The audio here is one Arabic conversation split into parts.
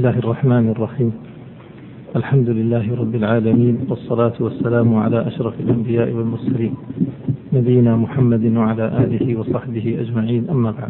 الله الرحمن الرحيم. الحمد لله رب العالمين، والصلاة والسلام على أشرف الأنبياء والمرسلين نبينا محمد وعلى آله وصحبه أجمعين، أما بعد.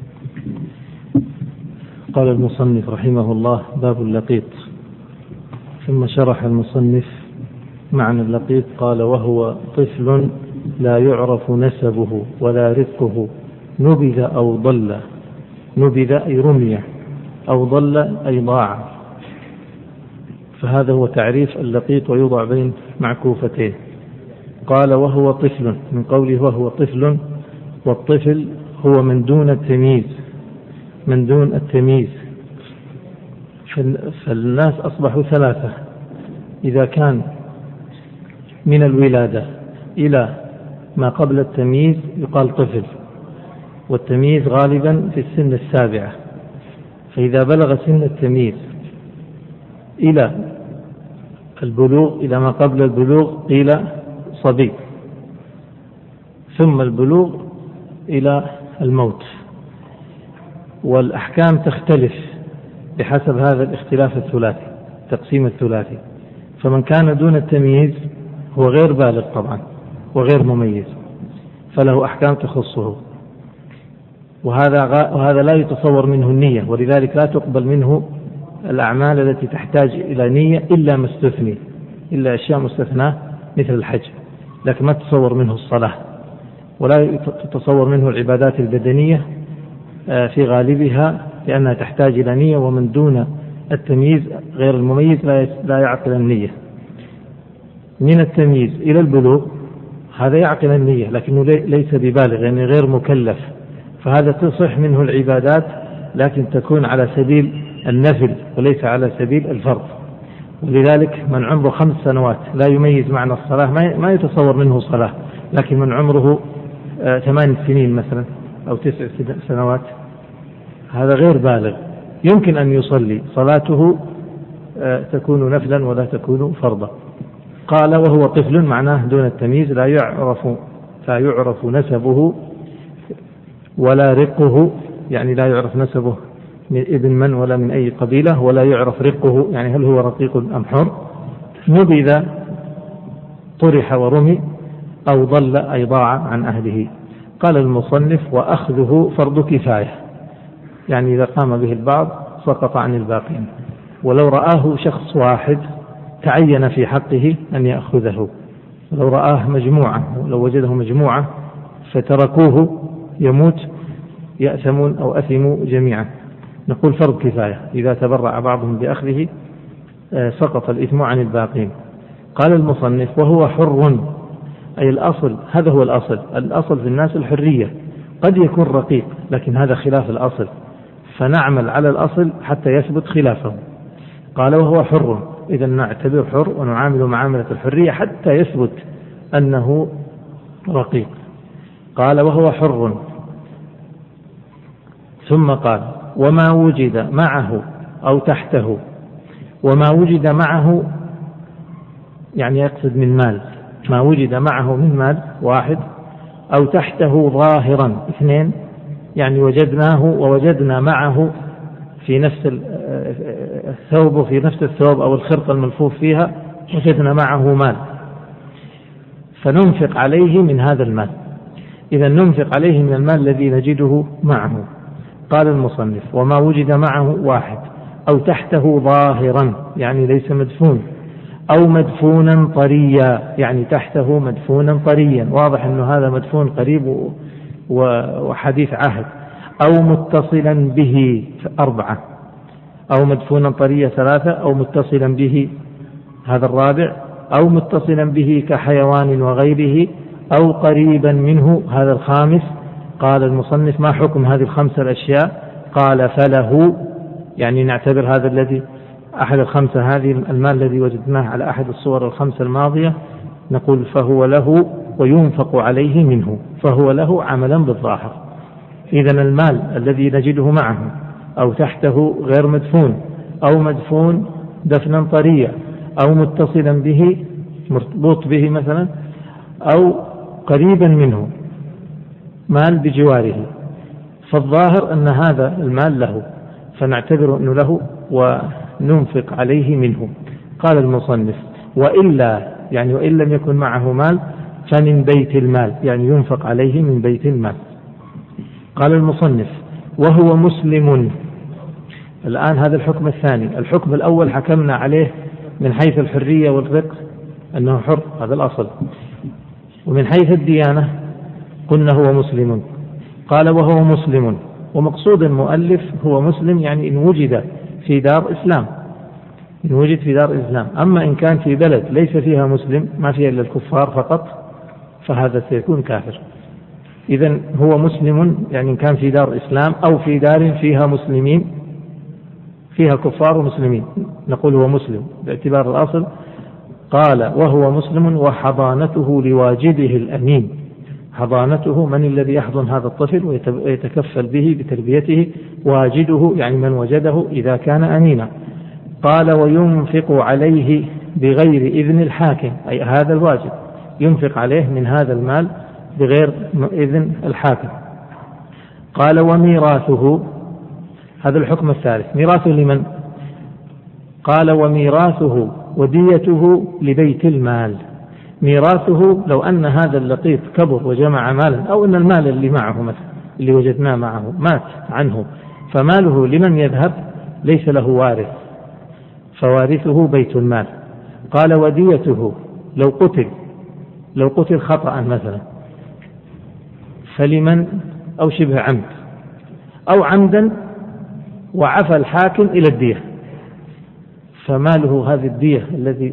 قال المصنف رحمه الله: باب اللقيط. ثم شرح المصنف معنى اللقيط، قال: وهو طفل لا يعرف نسبه ولا رزقه، نبذ أو ضل. نبذ أي رمي، أو ضل أي ضاع. فهذا هو تعريف اللقيط، ويوضع بين معكوفتين. قال: وهو طفل، من قوله وهو طفل، والطفل هو من دون التمييز، من دون التمييز. فالناس أصبحوا ثلاثة: إذا كان من الولادة إلى ما قبل التمييز يقال طفل، والتمييز غالبا في السن السابعة. فإذا بلغ سن التمييز إلى البلوغ، إلى ما قبل البلوغ، قيل صبي، ثم البلوغ إلى الموت. والأحكام تختلف بحسب هذا الاختلاف الثلاثي، تقسيم الثلاثي. فمن كان دون التمييز هو غير بالغ طبعا وغير مميز، فله أحكام تخصه، وهذا لا يتصور منه النية، ولذلك لا تقبل منه الأعمال التي تحتاج إلى نية إلا ما استثني، إلا أشياء مستثناة مثل الحج، لكن ما تتصور منه الصلاة، ولا تتصور منه العبادات البدنية في غالبها، لأنها تحتاج إلى نية، ومن دون التمييز غير المميز لا يعقل النية. من التمييز إلى البلوغ هذا يعقل النية، لكنه ليس ببالغ، يعني غير مكلف، فهذا تصح منه العبادات، لكن تكون على سبيل النفل وليس على سبيل الفرض. ولذلك من عمره 5 سنوات لا يميز معنى الصلاة، ما يتصور منه صلاة، لكن من عمره 8 سنين مثلا أو 9 سنوات هذا غير بالغ، يمكن أن يصلي، صلاته تكون نفلا ولا تكون فرضا. قال: وهو طفل، معناه دون التمييز، لا يعرف نسبه ولا رقه، يعني لا يعرف نسبه من ابن من ولا من أي قبيلة، ولا يعرف رقه، يعني هل هو رقيق أم حر. نبذ طرح ورمي، أو ضل أي ضاع عن أهله. قال المصنف: وأخذه فرض كفاية، يعني إذا قام به البعض سقط عن الباقين، ولو رآه شخص واحد تعين في حقه أن يأخذه. لو رآه مجموعة، لو وجده مجموعة فتركوه يموت، يأثمون أو أثموا جميعا. نقول فرض كفاية، إذا تبرع بعضهم بأخذه سقط الإثم عن الباقين. قال المصنف: وهو حر، أي الأصل، هذا هو الأصل في الناس الحرية، قد يكون رقيق لكن هذا خلاف الأصل، فنعمل على الأصل حتى يثبت خلافه. قال: وهو حر، إذا نعتبر حر ونعامل معاملة الحرية حتى يثبت أنه رقيق. قال: وهو حر. ثم قال: وما وجد معه أو تحته. وما وجد معه يعني يقصد من مال، ما وجد معه من مال 1، أو تحته ظاهرا 2، يعني وجدناه ووجدنا معه في نفس الثوب، وفي نفس الثوب أو الخرقة الملفوف فيها وجدنا معه مال، فننفق عليه من هذا المال. إذا ننفق عليه من المال الذي نجده معه. قال المصنف: وما وجد معه 1، أو تحته ظاهرا، يعني ليس مدفون، أو مدفونا طريا، يعني تحته مدفونا طريا، واضح أنه هذا مدفون قريب وحديث عهد. أو متصلا به 4، أو مدفونا طريا 3، أو متصلا به هذا 4، أو متصلا به كحيوان وغيره، أو قريبا منه هذا 5. قال المصنف: ما حكم هذه 5 الأشياء؟ قال: فله، يعني نعتبر هذا الذي أحد 5، هذه المال الذي وجدناه على أحد الصور 5 الماضية، نقول فهو له وينفق عليه منه، فهو له عملا بالظاهر. إذن المال الذي نجده معه أو تحته غير مدفون، أو مدفون دفنا طريا، أو متصلا به مربوط به مثلا، أو قريبا منه مال بجواره، فالظاهر أن هذا المال له، فنعتبر أنه له ننفق عليه منه. قال المصنف: وإلا يعني وإن لم يكن معه مال فمن بيت المال، يعني ينفق عليه من بيت المال. قال المصنف: وهو مسلم. الآن هذا الحكم الثاني. الحكم الأول حكمنا عليه من حيث الحرية والرق أنه حر، هذا الأصل. ومن حيث الديانة قلنا هو مسلم. قال: وهو مسلم. ومقصود المؤلف هو مسلم يعني إن وجد في دار إسلام، إن وجد في دار إسلام. أما إن كان في بلد ليس فيها مسلم، ما فيها إلا الكفار فقط، فهذا سيكون كافر. إذن هو مسلم يعني إن كان في دار إسلام أو في دار فيها مسلمين، فيها كفار ومسلمين، نقول هو مسلم باعتبار الأصل. قال: وهو مسلم وحضانته لواجده الأمين. حضانته من الذي يحضن هذا الطفل ويتكفل به بتربيته؟ واجده يعني من وجده إذا كان أمينا. قال: وينفق عليه بغير إذن الحاكم، أي هذا الواجد ينفق عليه من هذا المال بغير إذن الحاكم. قال: وميراثه. هذا الحكم الثالث. ميراثه لمن؟ قال: وميراثه وديته لبيت المال. ميراثه لو أن هذا اللقيط كبر وجمع مالا، أو أن المال اللي معه مثلا اللي وجدناه معه مات عنه، فماله لمن يذهب؟ ليس له وارث، فوارثه بيت المال. قال: وديته لو قتل خطأ مثلا فلمن؟ أو شبه عمد أو عمدا وعفى الحاكم إلى الدية، فماله هذه الدية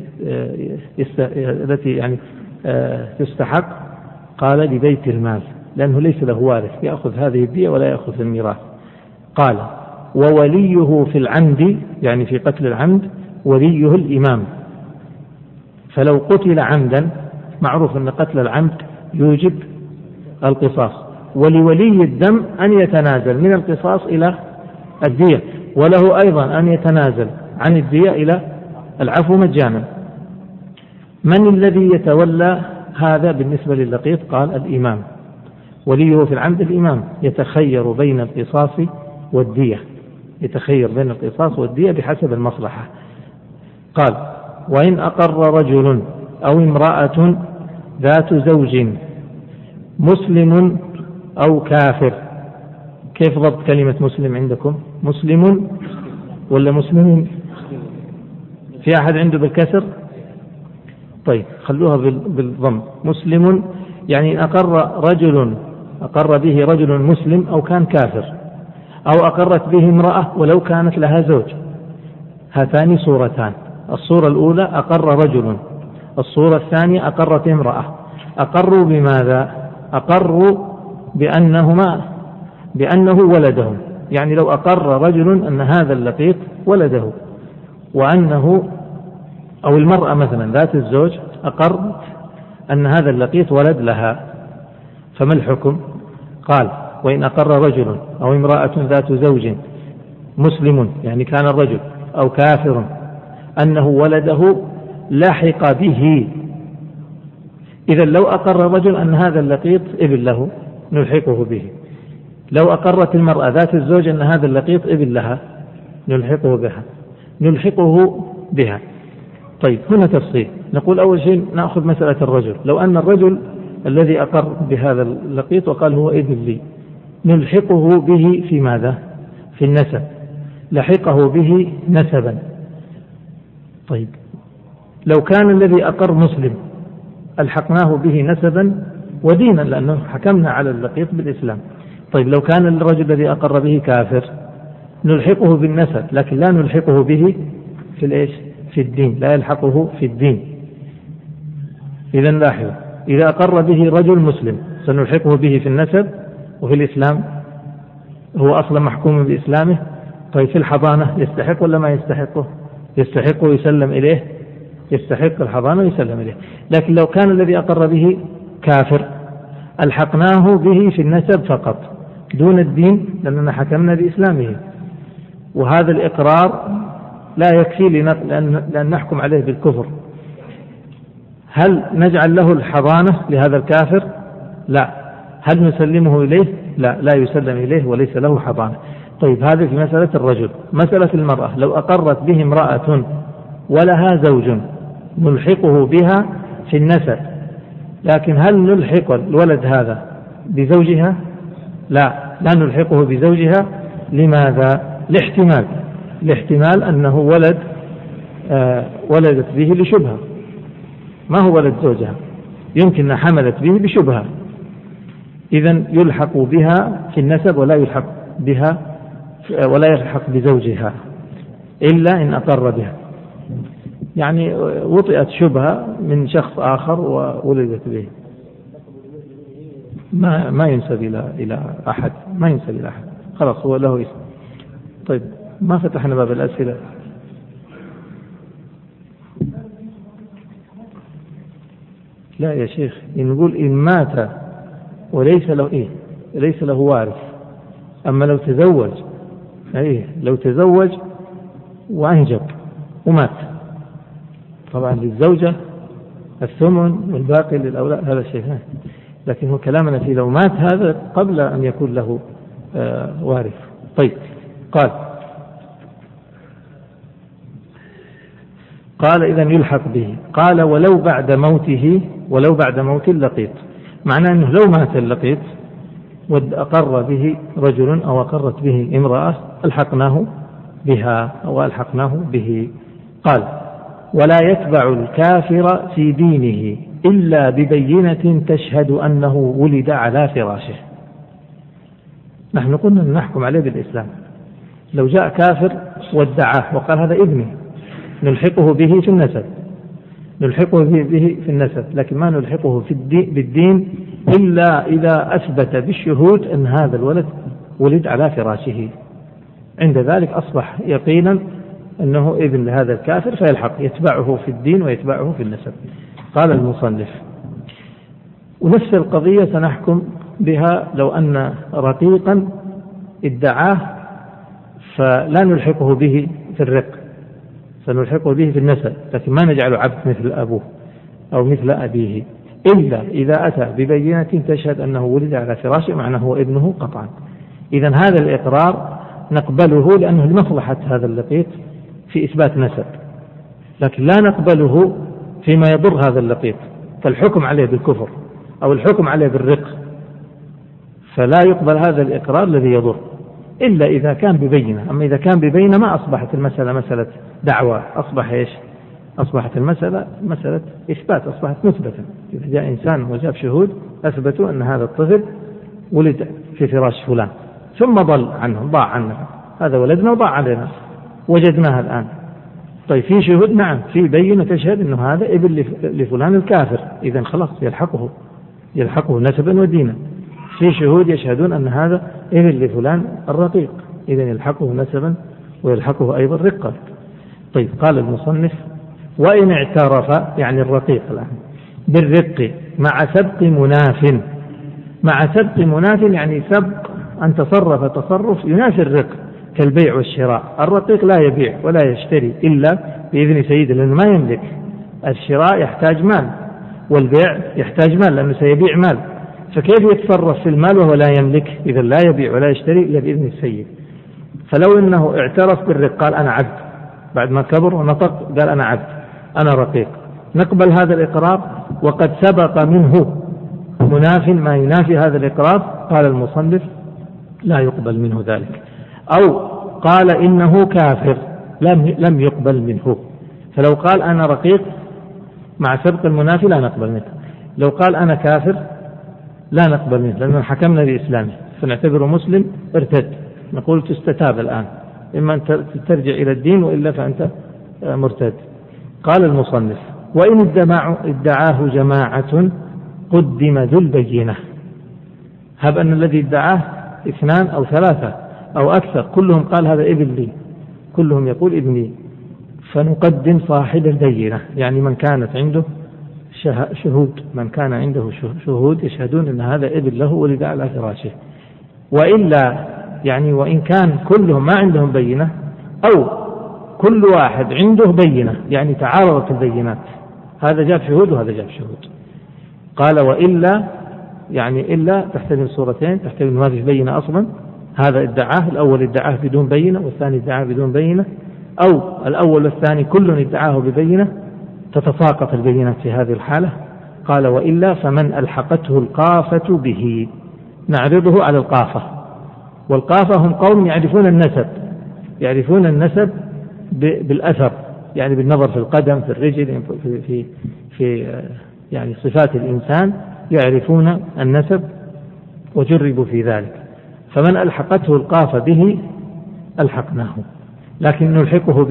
التي يعني تستحق. قال: لبيت المال، لأنه ليس له وارث يأخذ هذه الدية ولا يأخذ الميراث. قال: ووليه في العمد، يعني في قتل العمد وليه الإمام. فلو قتل عمدا معروف أن قتل العمد يوجب القصاص، ولولي الدم أن يتنازل من القصاص إلى الدية، وله أيضا أن يتنازل عن الدية إلى العفو مجانا. من الذي يتولى هذا بالنسبة للقيط؟ قال: الإمام. وليه في العمد الإمام، يتخير بين القصاص والدية، يتخير بين القصاص والدية بحسب المصلحة. قال: وإن أقر رجل أو امرأة ذات زوج مسلم أو كافر. كيف ضبط كلمة مسلم عندكم؟ مسلم ولا مسلمين؟ في أحد عنده بالكسر؟ طيب خلوها بالضم. مسلم يعني أقر به رجل مسلم أو كان كافر، أو أقرت به امرأة ولو كانت لها زوج. هاتان صورتان: الصورة الأولى أقر رجل، الصورة الثانية أقرت امرأة. أقروا بماذا؟ أقروا بأنه ولدهم، يعني لو أقر رجل أن هذا اللقيط ولده، وأنه أو المرأة مثلا ذات الزوج أقر أن هذا اللقيط ولد لها، فما الحكم؟ قال: وإن أقر رجل أو امرأة ذات زوج مسلم، يعني كان الرجل أو كافر، أنه ولده لحق به. إذا لو أقر الرجل أن هذا اللقيط ابن له نلحقه به، لو أقرت المرأة ذات الزوج أن هذا اللقيط ابن لها نلحقه بها. طيب هنا تفصيل. نقول أول شيء نأخذ مسألة الرجل. لو أن الرجل الذي أقر بهذا اللقيط وقال هو ابن لي، نلحقه به في ماذا؟ في النسب، لحقه به نسبا. طيب لو كان الذي أقر مسلم ألحقناه به نسبا ودينا، لأنه حكمنا على اللقيط بالإسلام. طيب لو كان الرجل الذي أقر به كافر نلحقه بالنسب، لكن لا نلحقه به في الإيش؟ في الدين، لا يلحقه في الدين. إذن لاحظوا، إذا أقر به رجل مسلم سنلحقه به في النسب وفي الإسلام، هو أصلا محكوم بإسلامه. طيب في الحضانة يستحق ولا ما يستحقه؟ يستحقه ويسلم إليه، يستحق الحضانة ويسلم إليه. لكن لو كان الذي أقر به كافر ألحقناه به في النسب فقط دون الدين، لأننا حكمنا بإسلامه، وهذا الإقرار لا يكفي لأن نحكم عليه بالكفر. هل نجعل له الحضانة لهذا الكافر؟ لا. هل نسلمه إليه؟ لا يسلم إليه وليس له حضانة. طيب هذه في مسألة الرجل. مسألة المرأة، لو أقرت به امرأة ولها زوج نلحقه بها في النسب، لكن هل نلحق الولد هذا بزوجها؟ لا نلحقه بزوجها. لماذا؟ لاحتمال أنه ولدت به لشبهة، ما هو ولد زوجها، يمكن أن حملت به بشبهة، إذن يلحق بها في النسب ولا يلحق بزوجها إلا إن أقر بها. يعني وطئت شبهة من شخص آخر وولدت به، ما ينسب إلى أحد، خلاص هو له اسم. طيب ما فتحنا باب الأسئلة. لا يا شيخ، نقول إن مات وليس له ليس له وارث. أما لو تزوج وأنجب ومات، طبعا للزوجة الثمن والباقي للأولاد، هذا شيء ثاني. لكن هو كلامنا في لو مات هذا قبل أن يكون له وارث. طيب قال إذن يلحق به. قال ولو بعد موت اللقيط، معناه أنه لو مات اللقيط وأقر به رجل أو أقرت به امرأة ألحقناه بها أو ألحقناه به. قال ولا يتبع الكافر في دينه إلا ببينة تشهد أنه ولد على فراشه. نحن قلنا نحكم عليه بالإسلام. لو جاء كافر وادعاه وقال هذا ابني نلحقه به في النسب، لكن ما نلحقه بالدين إلا إذا أثبت بالشهود أن هذا الولد ولد على فراشه. عند ذلك أصبح يقينا أنه ابن لهذا الكافر، فيلحق يتبعه في الدين ويتبعه في النسب. قال المصنف ونفس القضية سنحكم بها لو أن رقيقا ادعاه، فلا نلحقه به في الرق، سنلحقه به في النسب، لكن ما نجعله عبد مثل أبوه أو مثل أبيه إلا إذا أتى ببينة تشهد أنه ولد على فراشه، معناه هو ابنه قطعا. إذن هذا الإقرار نقبله لأنه لمصلحة هذا اللقيط في إثبات نسب، لكن لا نقبله فيما يضر هذا اللقيط كالحكم عليه بالكفر أو الحكم عليه بالرق، فلا يقبل هذا الإقرار الذي يضر إلا إذا كان ببينة. أما إذا كان ببينة ما أصبحت المسألة مسألة دعوة، أصبحت المسألة مسألة إثبات، أصبحت مثبتة. إذا جاء إنسان وجاب شهود أثبتوا أن هذا الطفل ولد في فراش فلان ثم ضاع عنه، هذا ولدنا وضاع علينا وجدناها الآن. طيب في شهود، نعم في بينة تشهد أنه هذا ابن لفلان الكافر، إذن خلاص يلحقه نسبا ودينا. في شهود يشهدون أن هذا ابن لفلان الرقيق، إذن يلحقه نسبا ويلحقه أيضا رقا. طيب قال المصنف وإن اعترف، يعني الرقيق الآن، بالرق مع سبق مناف، يعني سبق أن تصرف تصرف ينافي الرق كالبيع والشراء. الرقيق لا يبيع ولا يشتري إلا بإذن سيده لأنه ما يملك. الشراء يحتاج مال والبيع يحتاج مال لأنه سيبيع مال، فكيف يتصرف في المال وهو لا يملك؟ إذا لا يبيع ولا يشتري إلا بإذن السيد. فلو إنه اعترف بالرق قال أنا عبد، بعد ما كبر ونطق قال أنا عبد أنا رقيق، نقبل هذا الإقرار وقد سبق منه مناف ما ينافي هذا الإقرار. قال المصنف لا يقبل منه ذلك. أو قال إنه كافر لم يقبل منه. فلو قال أنا رقيق مع سبق المنافي لا نقبل منه، لو قال أنا كافر لا نقبل منه لأنه حكمنا بإسلامه فنعتبره مسلم ارتد، نقول تستتاب الآن، إما أن ترجع إلى الدين وإلا فأنت مرتد. قال المصنف وإن ادعاه جماعة قدم ذو البينة. هب أن الذي ادعاه 2 أو 3 أو أكثر كلهم قال هذا ابن لي، كلهم يقول ابني، فنقدم صاحب البينة، يعني من كانت عنده شهود، من كان عنده شهود يشهدون أن هذا ابن له ولد على فراشه. وإلا يعني وإن كان كلهم ما عندهم بينة أو كل واحد عنده بينة، يعني تعارضت البينات، هذا جاب شهود وهذا جاب شهود. قال وإلا يعني إلا تحتمل صورتين، تحتمل ما فيش بينة أصلا، هذا ادعاه، الأول ادعاه بدون بينة والثاني ادعاه بدون بينة، أو الأول والثاني كل ادعاه ببينة، تتساقط البينات في هذه الحالة. قال وإلا فمن ألحقته القافة به، نعرضه على القافة، والقافة هم قوم يعرفون النسب بالأثر، يعني بالنظر في القدم، في الرجل، في يعني صفات الإنسان، يعرفون النسب وجربوا في ذلك. فمن ألحقته القافة به ألحقناه، لكن نلحقه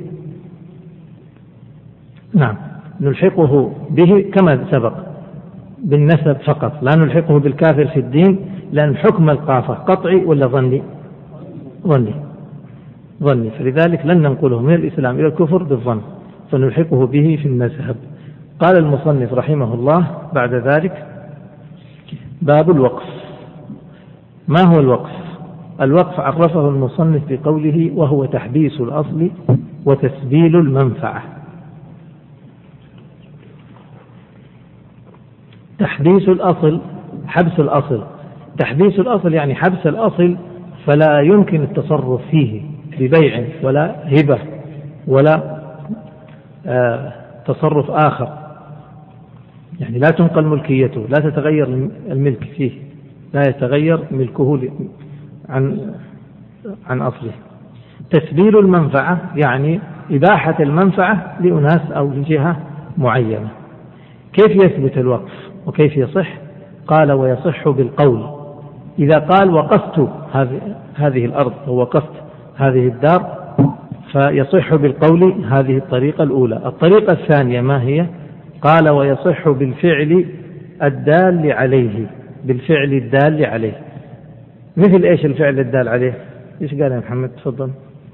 به كما سبق بالنسب فقط، لا نلحقه بالكافر في الدين، لأن حكم القافة قطعي ولا ظني، فلذلك لن ننقله من الإسلام إلى الكفر بالظن، فنلحقه به في المذهب. قال المصنف رحمه الله بعد ذلك: باب الوقف. ما هو الوقف؟ الوقف عرفه المصنف بقوله: وهو تحبيس الأصل وتسبيل المنفعة. تحبيس الأصل، حبس الأصل. تحبيس الأصل يعني حبس الأصل، فلا يمكن التصرف فيه ببيع ولا هبة ولا تصرف آخر، يعني لا تنقل ملكيته، لا تتغير الملك فيه، لا يتغير ملكه عن أصله. تسبيل المنفعة يعني إباحة المنفعة لأناس أو لجهة معينة. كيف يثبت الوقف وكيف يصح؟ قال: ويصح بالقول. إذا قال وقفت هذه الأرض ووقفت هذه الدار، فيصح بالقول، هذه الطريقة الأولى. الطريقة الثانية ما هي؟ قال: ويصح بالفعل الدال عليه. بالفعل الدال عليه. مثل إيش الفعل الدال عليه؟ إيش قال يا محمد؟ تفضل.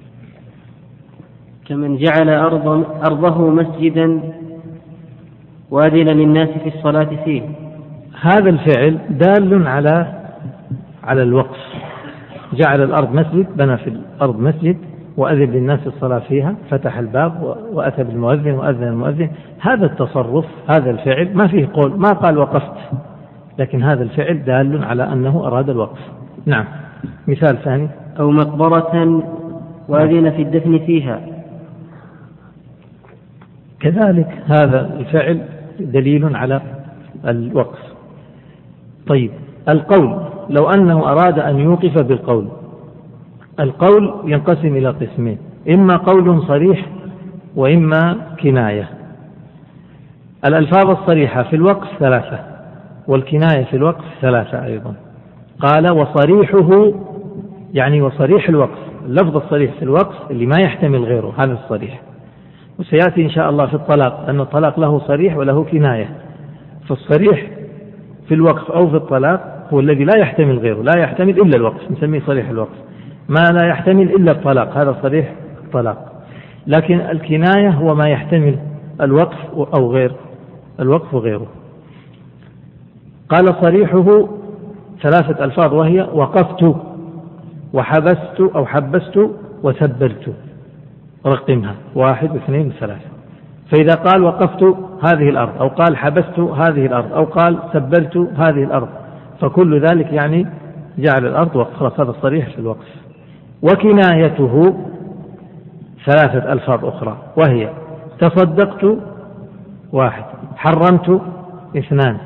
كمن جعل أرضه مسجدا وأذن للناس في الصلاة فيه. هذا الفعل دال على الوقف. جعل الأرض مسجد، بنى في الأرض مسجد وأذن للناس الصلاة فيها، فتح الباب وأتى بالمؤذن وأذن المؤذن. هذا التصرف، هذا الفعل ما فيه قول، ما قال وقفت، لكن هذا الفعل دال على أنه أراد الوقف. نعم. مثال ثاني: أو مقبرة وأذن في الدفن فيها. كذلك هذا الفعل دليل على الوقف. طيب، القول، لو أنه أراد أن يوقف بالقول. القول ينقسم إلى قسمين: إما قول صريح وإما كناية. الألفاظ الصريحة في الوقف 3، والكناية في الوقف 3 أيضا. قال: وصريحه، يعني وصريح الوقف، اللفظ الصريح في الوقف اللي ما يحتمل غيره، هذا الصريح. وسيأتي إن شاء الله في الطلاق أن الطلاق له صريح وله كناية. فالصريح في الوقف أو في الطلاق هو الذي لا يحتمل غيره، لا يحتمل إلا الوقف، نسميه صريح الوقف. ما لا يحتمل إلا الطلاق، هذا صريح الطلاق. لكن الكناية هو ما يحتمل الوقف أو غير الوقف وغيره. قال: صريحه 3 ألفاظ، وهي: وقفت وحبست أو حبست وسبلت. رقمها 1 2 3. فإذا قال وقفت هذه الأرض، أو قال حبست هذه الأرض، أو قال سبلت هذه الأرض، فكل ذلك يعني جعل الأرض وقف. هذا الصريح في الوقف. وكنايته 3 ألفاظ أخرى، وهي: تصدقت 1، حرمت 2،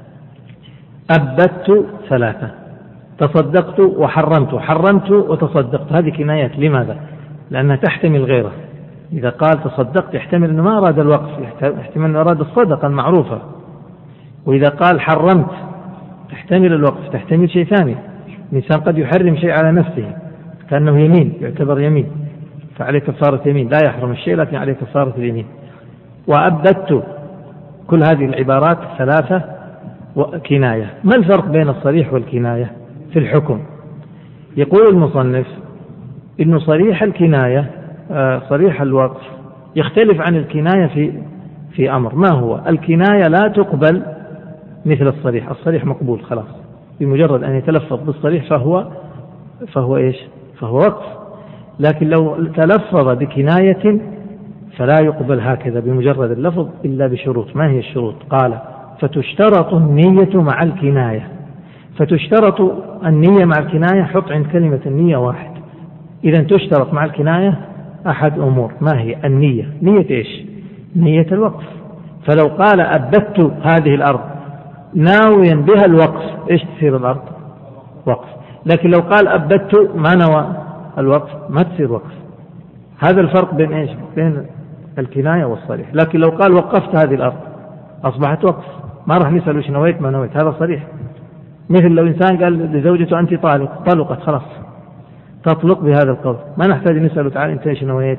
أبدت 3. تصدقت وحرمت، حرمت وتصدقت، هذه كنايات. لماذا؟ لأنها تحتمل غيره. إذا قال تصدقت يحتمل أنه ما أراد الوقف، يحتمل أنه أراد الصدقة المعروفة. وإذا قال حرمت تحتمل الوقف، تحتمل شيء ثاني. الإنسان قد يحرم شيء على نفسه كأنه يمين، يعتبر يمين، فعليه كفارة يمين، لا يحرم الشيء لكن عليه كفارة اليمين. وأبدت، كل هذه العبارات 3 كناية. ما الفرق بين الصريح والكناية في الحكم؟ يقول المصنف إنه صريح الكناية، صريح الوقف، يختلف عن الكناية في أمر. ما هو؟ الكناية لا تقبل مثل الصريح. الصريح مقبول خلاص، بمجرد أن يتلفظ بالصريح فهو إيش؟ فهو وقف. لكن لو تلفظ بكناية فلا يقبل هكذا بمجرد اللفظ إلا بشروط. ما هي الشروط؟ قال: فتشترط النية مع الكناية. فتشترط النية مع الكناية. حط عند كلمة النية واحد. إذا تشترط مع الكناية أحد أمور. ما هي النية؟ نية إيش؟ نية الوقف. فلو قال أبدت هذه الأرض ناويا بها الوقف، إيش تصير الأرض؟ وقف. لكن لو قال أبدت ما نوى الوقف ما تصير وقف. هذا الفرق بين إيش؟ بين الكناية والصريح. لكن لو قال وقفت هذه الأرض أصبحت وقف، ما راح نسأل وش نويت ما نويت، هذا صريح. مثل لو إنسان قال لزوجته أنت طالق، طلقت خلاص، تطلق بهذا القول، ما نحتاج نسأله تعالى أنت إيش نويت.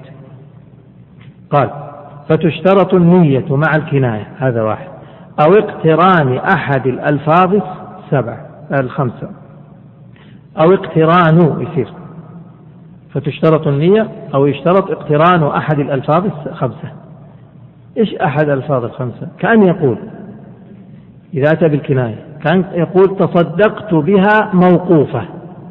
قال فتشترط النية مع الكناية، هذا واحد. أو اقتران أحد الألفاظ الخمسة، أو اقتران يصير. فتشترط النية أو يشترط اقتران أحد الألفاظ الخمسة. إيش أحد الألفاظ الخمسة؟ كأن يقول إذا أتى بالكناية كان يقول تصدقت بها موقوفة.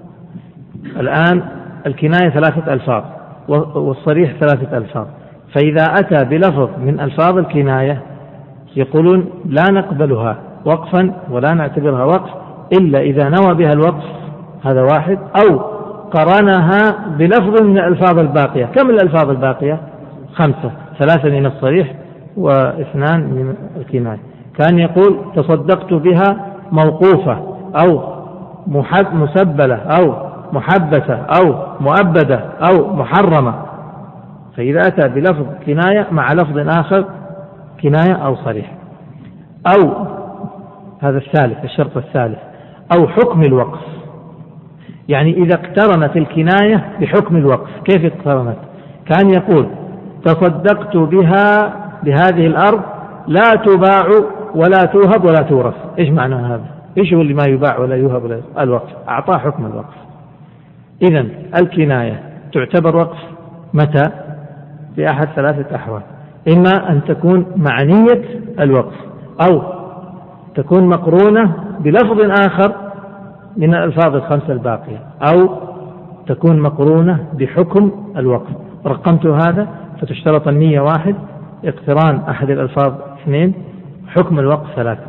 الآن الكناية 3 ألفاظ والصريح 3 ألفاظ، فإذا أتى بلفظ من ألفاظ الكناية يقولون لا نقبلها وقفا ولا نعتبرها وقف إلا إذا نوى بها الوقف، هذا واحد، أو قرنها بلفظ من الألفاظ الباقية. كم الألفاظ الباقية؟ 5، 3 من الصريح و2 من الكناية. كان يقول تصدقت بها موقوفة أو مسبلة أو محبسة أو مؤبدة أو محرمة. فإذا أتى بلفظ كناية مع لفظ آخر كناية أو صريح. أو هذا الثالث، الشرط الثالث، أو حكم الوقف. يعني إذا اقترنت الكناية بحكم الوقف. كيف اقترنت؟ كان يقول تصدقت بها بهذه الأرض لا تباع ولا توهب ولا تورث. إيش معنى هذا؟ إيش هو اللي ما يباع ولا يوهب ولا الوقف؟ أعطاه حكم الوقف. إذن الكناية تعتبر وقف متى؟ في أحد 3 أحوال: إما أن تكون معنية الوقف، أو تكون مقرونة بلفظ آخر من الألفاظ الخمسة الباقية، أو تكون مقرونة بحكم الوقف. رقمت هذا. فتشترط النية 1، اقتران أحد الألفاظ 2، حكم الوقف 3.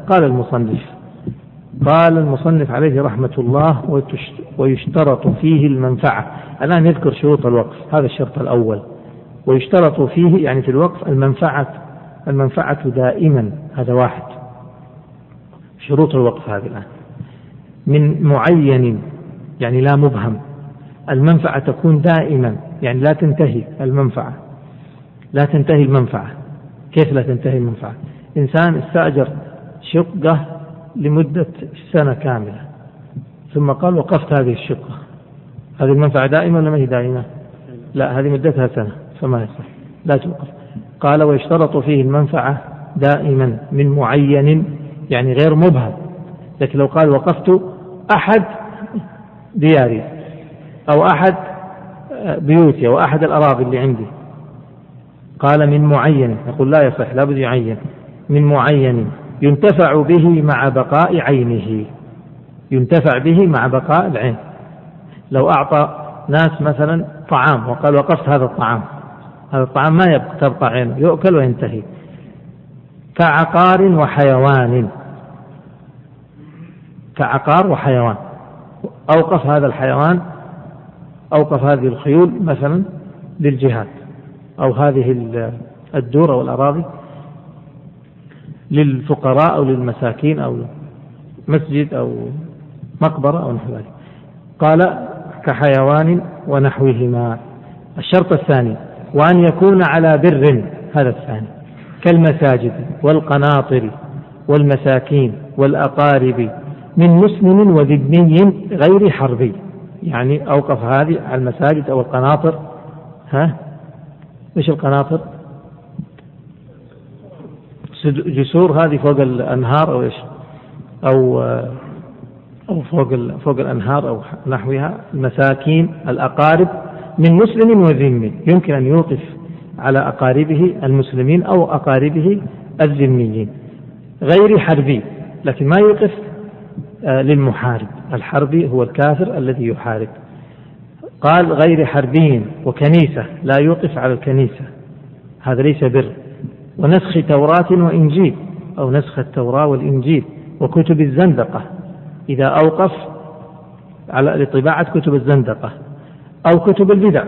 قال المصنف عليه رحمة الله: ويشترط فيه المنفعة. الآن يذكر شروط الوقف، هذا الشرط الأول. ويشترط فيه يعني في الوقف المنفعة دائما، هذا 1. شروط الوقف هذه الآن: من معين يعني لا مبهم. المنفعة تكون دائما يعني لا تنتهي المنفعة، لا تنتهي المنفعة. كيف لا تنتهي المنفعة؟ إنسان استأجر شقة لمدة 1 كاملة ثم قال وقفت هذه الشقة، هذه المنفعة دائما ولا ما هي دائمة؟ لا، هذه مدتها 1 فما يصح، لا توقف. قال ويشترط فيه المنفعة دائما من معين يعني غير مبهم. لكن لو قال وقفت أحد دياري أو أحد بيوتي أو أحد الأراضي اللي عندي، قال من معين، يقول لا يصح، لا بد يعين. من معين ينتفع به مع بقاء عينه، ينتفع به مع بقاء العين. لو أعطى ناس مثلا طعام وقال وقفت هذا الطعام، هذا الطعام ما تبقى عينه، يؤكل وينتهي. كعقار وحيوان، كعقار وحيوان، أوقف هذا الحيوان، أوقف هذه الخيول مثلا للجهاد، أو هذه الدور أو الأراضي للفقراء أو للمساكين أو مسجد أو مقبرة أو نحو ذلك. قال كحيوان ونحوهما. الشرط الثاني: وأن يكون على بر، هذا الثاني، كالمساجد والقناطر والمساكين والأقارب من مسلم وذمي غير حربي. يعني أوقف هذه المساجد أو القناطر. إيش القناطر؟ جسور هذه فوق الأنهار أو إيش، أو فوق الأنهار أو نحوها. المساكين، الأقارب من مسلم وذمي، يمكن أن يوقف على أقاربه المسلمين أو أقاربه الذميين. غير حربي، لكن ما يوقف للمحارب. الحربي هو الكافر الذي يحارب. قال غير حربي. وكنيسة لا يوقف على الكنيسة، هذا ليس بر. ونسخ توراة وإنجيل، أو نسخ التوراة والإنجيل وكتب الزندقة إذا أوقف على لطباعة كتب الزندقة أو كتب البدع.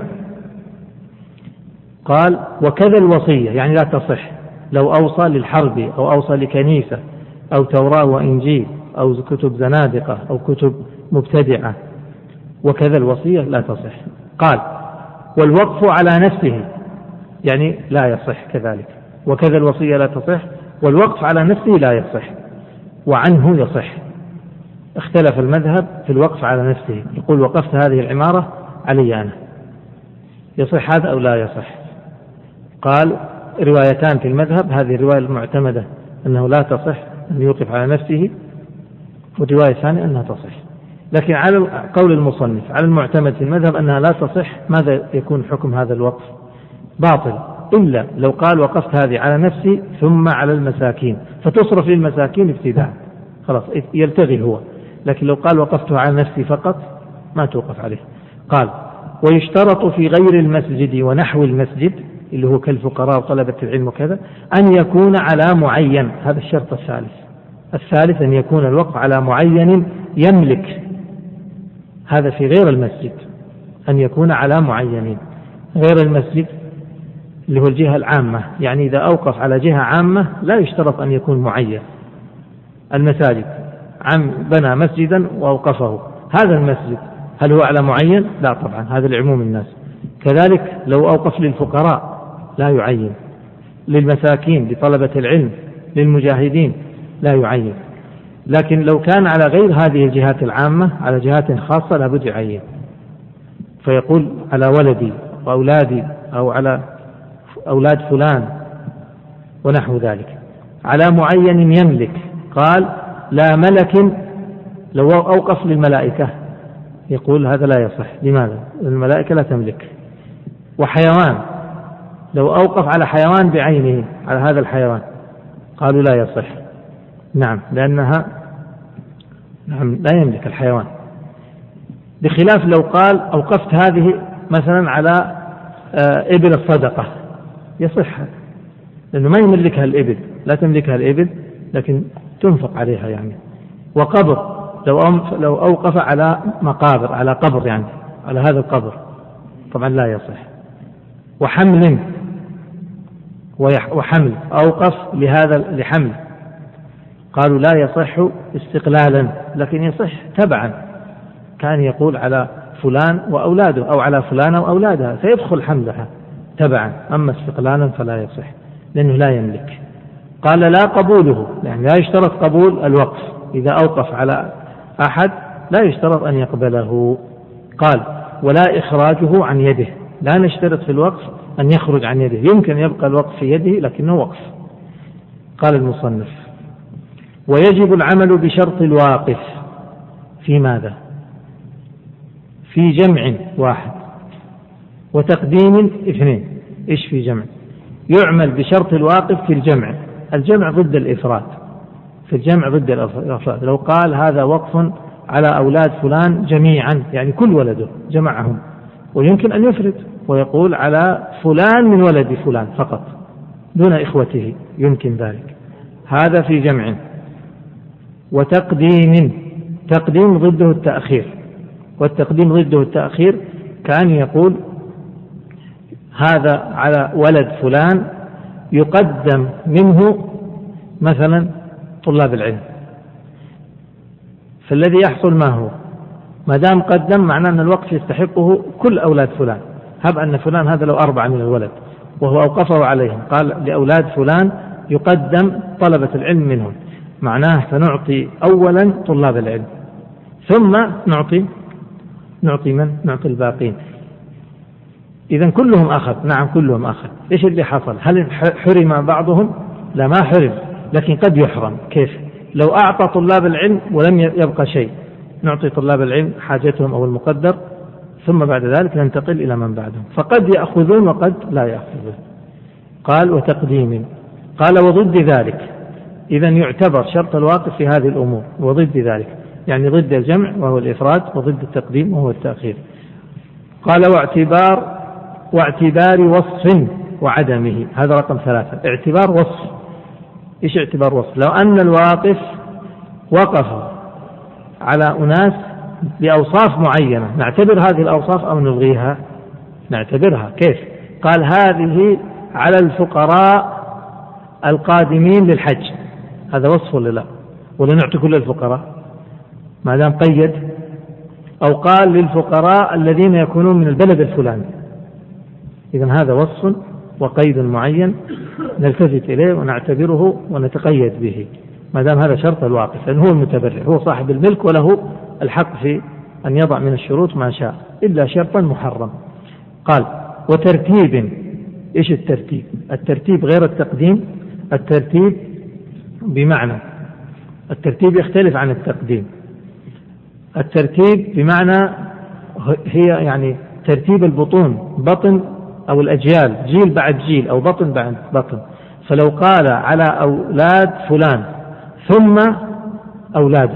قال وكذا الوصية يعني لا تصح، لو أوصى للحرب أو أوصى لكنيسة أو توراة وإنجيل أو كتب زنادقة أو كتب مبتدعة، وكذا الوصية لا تصح. قال والوقف على نفسه يعني لا يصح كذلك، وكذا الوصية لا تصح والوقف على نفسه لا يصح، وعنه يصح. اختلف المذهب في الوقف على نفسه، يقول وقفت هذه العمارة علي أنا، يصح هذا أو لا يصح؟ قال روايتان في المذهب، هذه الرواية المعتمدة أنه لا تصح أن يوقف على نفسه، والرواية الثانية أنها تصح. لكن على قول المصنف على المعتمد في المذهب أنها لا تصح، ماذا يكون حكم هذا الوقف؟ باطل، إلا لو قال وقفت هذه على نفسي ثم على المساكين فتصرف للمساكين ابتداء، خلاص يلتغي هو. لكن لو قال وقفته على نفسي فقط ما توقف عليه. قال ويشترط في غير المسجد ونحو المسجد اللي هو كالفقراء وطلبة العلم وكذا أن يكون على معين، هذا الشرط الثالث. الثالث أن يكون الوقف على معين يملك، هذا في غير المسجد، أن يكون على معين. غير المسجد اللي هو الجهة العامة، يعني إذا أوقف على جهة عامة لا يشترط أن يكون معين. المساجد بنى مسجدا وأوقفه، هذا المسجد هل هو على معين؟ لا طبعا، هذا لعموم الناس. كذلك لو أوقف للفقراء لا يعين، للمساكين لطلبة العلم للمجاهدين لا يعين. لكن لو كان على غير هذه الجهات العامة على جهات خاصة لابد يعين، فيقول على ولدي وأولادي أو على أولاد فلان ونحو ذلك على معين يملك. قال لا ملك، لو أوقف للملائكة يقول هذا لا يصح. لماذا؟ الملائكة لا تملك. وحيوان، لو أوقف على حيوان بعينه على هذا الحيوان قالوا لا يصح. نعم، لأنها لا يملك الحيوان. بخلاف لو قال أوقفت هذه مثلا على إبل الصدقة يصح، لأنه ما يملكها الإبل، لا تملكها الإبل لكن تنفق عليها يعني. وقبر، لو أوقف على مقابر، على قبر يعني على هذا القبر طبعا لا يصح. وحمل أوقف لهذا لحمل قالوا لا يصح استقلالا، لكن يصح تبعا، كان يقول على فلان وأولاده أو على فلان وأولادها فيدخل حملها تبعا، أما استقلالا فلا يصح لأنه لا يملك. قال لا قبوله، يعني لا يشترط قبول الوقف، إذا أوقف على أحد لا يشترط أن يقبله. قال ولا إخراجه عن يده، لا نشترط في الوقف أن يخرج عن يده، يمكن يبقى الوقف في يده لكنه وقف. قال المصنف ويجب العمل بشرط الواقف في ماذا؟ في جمع واحد وتقديم اثنين. إيش في جمع؟ يعمل بشرط الواقف في الجمع، الجمع ضد الإفراد، في الجمع ضد الإفراد. لو قال هذا وقف على أولاد فلان جميعا يعني كل ولده جمعهم، ويمكن أن يفرد ويقول على فلان من ولد فلان فقط دون إخوته، يمكن ذلك، هذا في جمع. وتقديم، تقديم ضده التأخير، والتقديم ضده التأخير كان يقول هذا على ولد فلان يقدم منه مثلا طلاب العلم، فالذي يحصل ما هو؟ ما دام قدم معناه أن الوقف يستحقه كل أولاد فلان. هب أن فلان هذا لو 4 من الولد وهو أوقفه عليهم، قال لأولاد فلان يقدم طلبة العلم منهم، معناه فنعطي أولا طلاب العلم ثم نعطي من؟ نعطي الباقين. إذن كلهم أخذ، نعم كلهم أخذ. إيش اللي حصل؟ هل حرم بعضهم؟ لا، ما حرم، لكن قد يحرم. كيف؟ لو أعطى طلاب العلم ولم يبقى شيء، نعطي طلاب العلم حاجتهم أو المقدر ثم بعد ذلك ننتقل إلى من بعدهم، فقد يأخذون وقد لا يأخذون. قال وتقديم. قال وضد ذلك، إذن يعتبر شرط الواقف في هذه الأمور، وضد ذلك يعني ضد الجمع وهو الإفراد، وضد التقديم وهو التأخير. قال واعتبار وصف وعدمه، هذا رقم 3. اعتبار وصف. إيش اعتبار وصف؟ لو أن الواقف وقف على أناس بأوصاف معينة، نعتبر هذه الأوصاف أو نلغيها؟ نعتبرها. كيف؟ قال هذه على الفقراء القادمين للحج، هذا وصف ولا لا؟ ولا نعطي كل الفقراء ما دام قيد؟ أو قال للفقراء الذين يكونون من البلد الفلاني، إذن هذا وصف وقيد معين نلتفت إليه ونعتبره ونتقيد به ما دام هذا شرط الواقف، لأنه هو المتبرع، هو صاحب الملك وله الحق في أن يضع من الشروط ما شاء إلا شرطا محرم. قال وترتيب. إيش الترتيب؟ الترتيب غير التقديم. الترتيب بمعنى الترتيب يختلف عن التقديم. الترتيب بمعنى هي يعني ترتيب البطون، بطن أو الأجيال، جيل بعد جيل أو بطن بعد بطن. فلو قال على أولاد فلان ثم أولاده،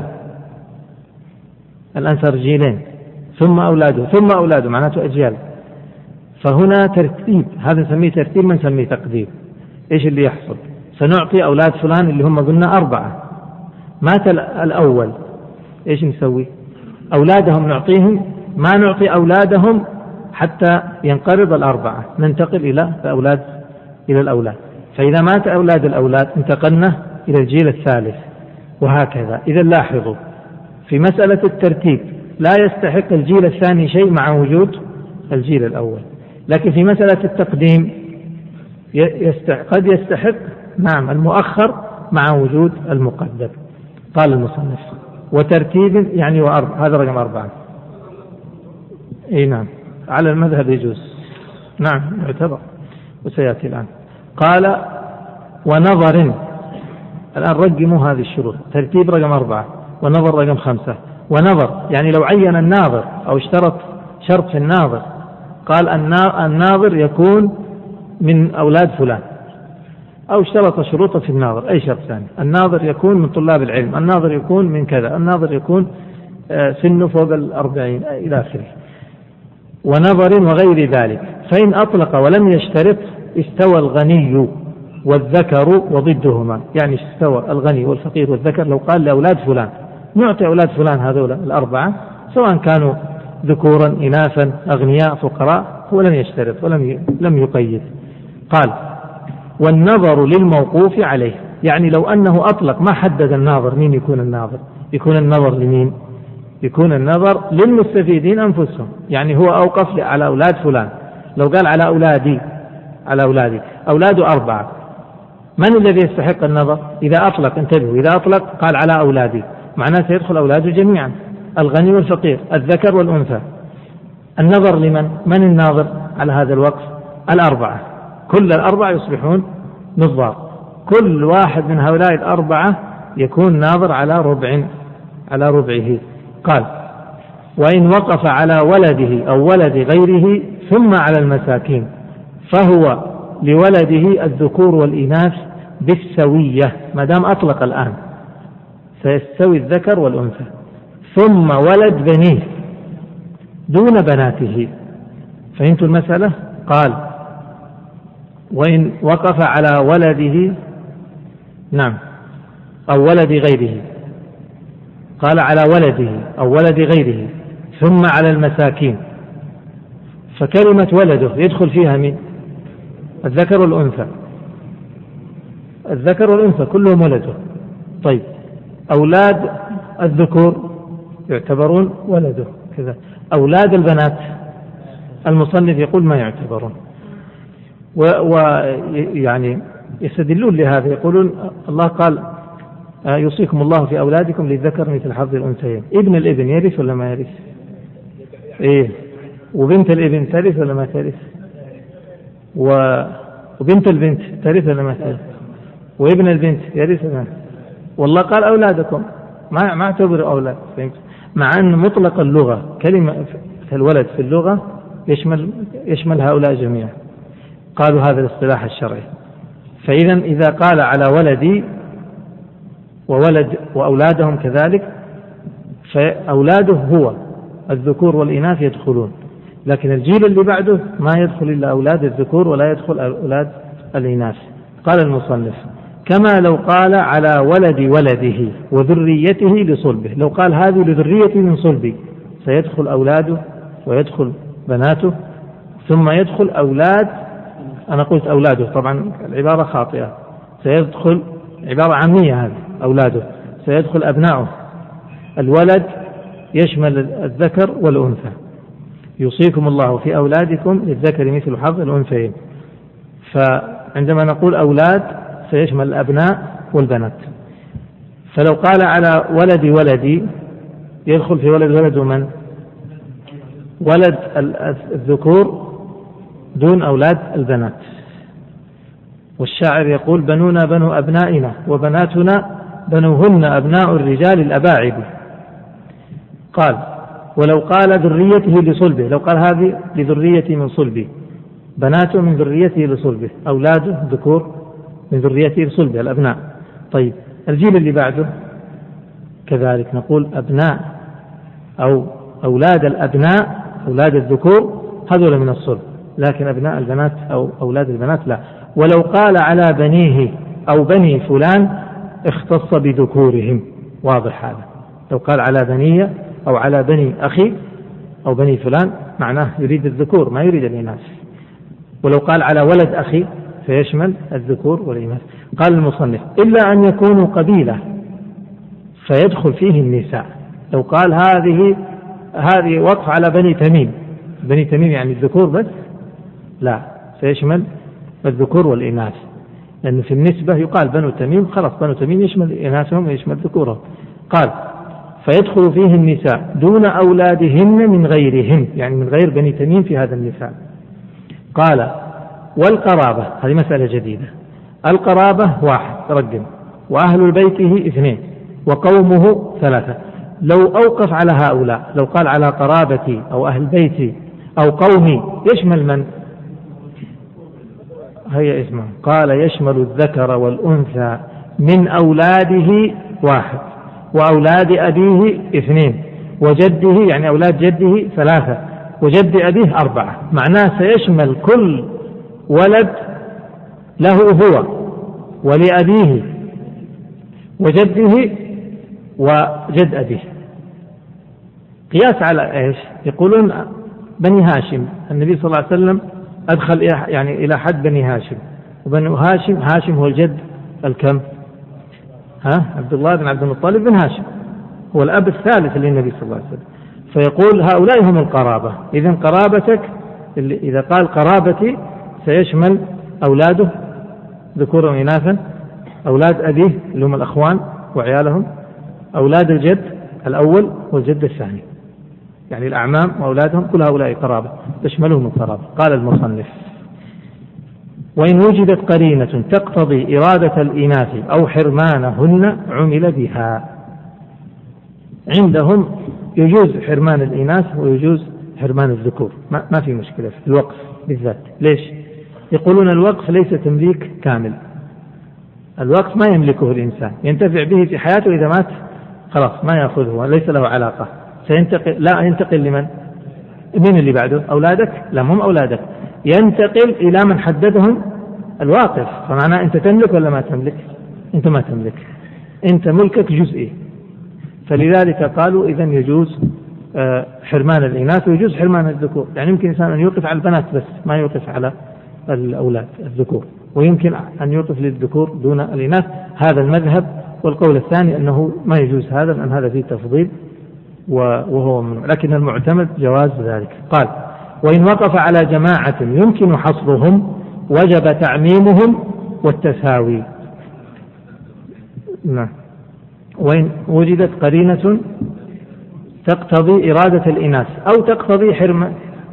الآن صار جيلين، ثم أولاده ثم أولاده، معناته أجيال. فهنا ترتيب، هذا نسميه ترتيب، ما نسميه تقديم. إيش اللي يحصل؟ سنعطي أولاد فلان اللي هم قلنا 4، مات الأول، إيش نسوي؟ أولادهم نعطيهم، ما نعطي أولادهم حتى ينقرض 4، ننتقل إلى الأولاد. فإذا مات أولاد الأولاد انتقلنا إلى الجيل الثالث، وهكذا. إذا لاحظوا في مسألة الترتيب لا يستحق الجيل الثاني شيء مع وجود الجيل الأول، لكن في مسألة التقديم قد يستحق نعم المؤخر مع وجود المقدم. قال المصنف وترتيب يعني هذا رقم 4. اي نعم على المذهب يجوز، نعم يعتبر، وسيأتي الآن. قال ونظر. الآن رقموا هذه الشروط، ترتيب رقم 4، ونظر رقم 5. ونظر يعني لو عين الناظر أو اشترط شرط في الناظر، قال الناظر يكون من أولاد فلان، أو اشترط شروطا في الناظر أي شرط ثاني، الناظر يكون من طلاب العلم، الناظر يكون من كذا، الناظر يكون سنه فوق 40 إلى آخره. ونظر وغير ذلك. فإن أطلق ولم يشترط استوى الغني والذكر وضدهما، يعني استوى الغني والفقير والذكر. لو قال لأولاد فلان نعطي أولاد فلان هذول 4 سواء كانوا ذكورا إناثا أغنياء فقراء، هو لم يشترط ولم يقيد. قال والنظر للموقوف عليه، يعني لو أنه أطلق ما حدد الناظر مين يكون الناظر، يكون النظر لمين؟ يكون النظر للمستفيدين أنفسهم، يعني هو أوقف على أولاد فلان. لو قال على أولادي أولاده 4، من الذي يستحق النظر؟ إذا أطلق، انتبهوا، إذا أطلق قال على أولادي معناه سيدخل أولاده جميعا، الغني والفقير، الذكر والأنثى. النظر لمن؟ من الناظر على هذا الوقف؟ 4، كل 4 يصبحون نظار، كل واحد من هؤلاء 4 يكون ناظر على ربعه. قال وإن وقف على ولده أو ولد غيره ثم على المساكين فهو لولده الذكور والإناث بالسوية، ما دام أطلق الآن سيستوي الذكر والأنثى، ثم ولد بنيه دون بناته. فهمتوا المسألة؟ قال وإن وقف على ولده نعم أو ولد غيره، قال على ولده أو ولد غيره ثم على المساكين، فكلمة ولده يدخل فيها مين؟ الذكر والأنثى، الذكر والأنثى كلهم ولده. طيب أولاد الذكور يعتبرون ولده كذا، أولاد البنات المصنف يقول ما يعتبرون، ويعني يستدلون لهذا، يقولون الله قال يوصيكم الله في أولادكم للذكر مثل حظ الأنثيين. ابن الابن يرث ولا ما يرث؟ إيه. وبنت الابن ترث ولا ما ترث؟ وبنت البنت ترث ولا ما ترث؟ وابن البنت يرث ولا ما؟ والله قال أولادكم، ما اعتبروا أولاد. مع أن مطلق اللغة كلمة الولد في اللغة يشمل هؤلاء جميعا، قالوا هذا الاصطلاح الشرعي. فإذا إذا قال على ولدي وولد وأولادهم كذلك، فأولاده هو الذكور والإناث يدخلون، لكن الجيل اللي بعده ما يدخل إلا أولاد الذكور ولا يدخل أولاد الإناث. قال المصنف كما لو قال على ولد ولده وذريته لصلبه. لو قال هذه لذريتي من صلبي سيدخل أولاده ويدخل بناته ثم يدخل أولاد، أنا قلت أولاده طبعا العبارة خاطئة، سيدخل عبارة عامية هذه أولاده، سيدخل أبناؤه. الولد يشمل الذكر والأنثى، يوصيكم الله في أولادكم للذكر مثل حظ الأنثيين. فعندما نقول أولاد سيشمل الأبناء والبنات. فلو قال على ولدي ولدي يدخل في ولد ولد من؟ ولد الذكور دون أولاد البنات. والشاعر يقول بنونا بنو أبنائنا وبناتنا بنوهن أبناء الرجال الأباعد. قال ولو قال ذريته لصلبه، لو قال هذه لذريتي من صلبي، بناته من ذريته لصلبه، أولاده ذكور من ذريته لصلبه الأبناء. طيب الجيل اللي بعده كذلك نقول أبناء أو أولاد الأبناء، أولاد الذكور هذول من الصلب، لكن أبناء البنات أو أولاد البنات لا. ولو قال على بنيه أو بني فلان اختص بذكورهم، واضح هذا. لو قال على بنية أو على بني أخي أو بني فلان معناه يريد الذكور ما يريد الإناث. ولو قال على ولد أخي فيشمل الذكور والإناث. قال المصنف إلا أن يكونوا قبيلة فيدخل فيه النساء. لو قال هذه وقف على بني تميم، بني تميم يعني الذكور بس، لا، سيشمل الذكور والإناث، لأن في النسبة يقال بنو تميم، خلاص بنو تميم يشمل إناثهم ويشمل ذكورهم. قال فيدخل فيه النساء دون أولادهن من غيرهم، يعني من غير بني تميم في هذا النساء. قال والقرابة، هذه مسألة جديدة، القرابة 1 رقم، وأهل البيته 2، وقومه 3. لو أوقف على هؤلاء، لو قال على قرابتي أو أهل بيتي أو قومي يشمل من؟ هي اسمه، قال يشمل الذكر والأنثى من أولاده 1، وأولاد أبيه 2، وجده يعني أولاد جده 3، وجد أبيه 4. معناه سيشمل كل ولد له هو ولأبيه وجده وجد أبيه. قياس على إيش؟ يقولون بني هاشم، النبي صلى الله عليه وسلم أدخل يعني إلى حد بني هاشم، وبني هاشم هو الجد الكم؟ عبد الله بن عبد المطلب بن هاشم هو الأب الثالث للنبي صلى الله عليه وسلم. فيقول هؤلاء هم القرابة. إذن قرابتك إذا قال قرابتي سيشمل أولاده ذكورا وإناثا، أولاد أبيه اللي هم الأخوان وعيالهم، أولاد الجد الأول والجد الثاني، يعني الأعمام وأولادهم، كل هؤلاء قرابة تشملهم القرابة. قال المصنف وإن وجدت قرينة تقتضي إرادة الإناث أو حرمانهن عمل بها. عندهم يجوز حرمان الإناث ويجوز حرمان الذكور، ما في مشكلة في الوقف بالذات. ليش؟ يقولون الوقف ليس تمليك كامل، الوقف ما يملكه الإنسان، ينتفع به في حياته، إذا مات خلاص ما يأخذه، ليس له علاقة، لا ينتقل لمن؟ مين اللي بعده؟ أولادك؟ لا، هم أولادك، ينتقل إلى من حددهم الواقف. فمعناه أنت تملك ولا ما تملك؟ أنت ما تملك، أنت ملكك جزئي. فلذلك قالوا إذن يجوز حرمان الإناث ويجوز حرمان الذكور. يعني يمكن إنسان أن يوقف على البنات بس، ما يوقف على الأولاد الذكور، ويمكن أن يوقف للذكور دون الإناث. هذا المذهب. والقول الثاني أنه ما يجوز هذا، لأن هذا فيه تفضيل وهو منه، لكن المعتمد جواز ذلك. قال وإن وقف على جماعة يمكن حصرهم وجب تعميمهم والتساوي. نعم. وإن وجدت قرينة تقتضي إرادة الإناث أو تقتضي حرمة،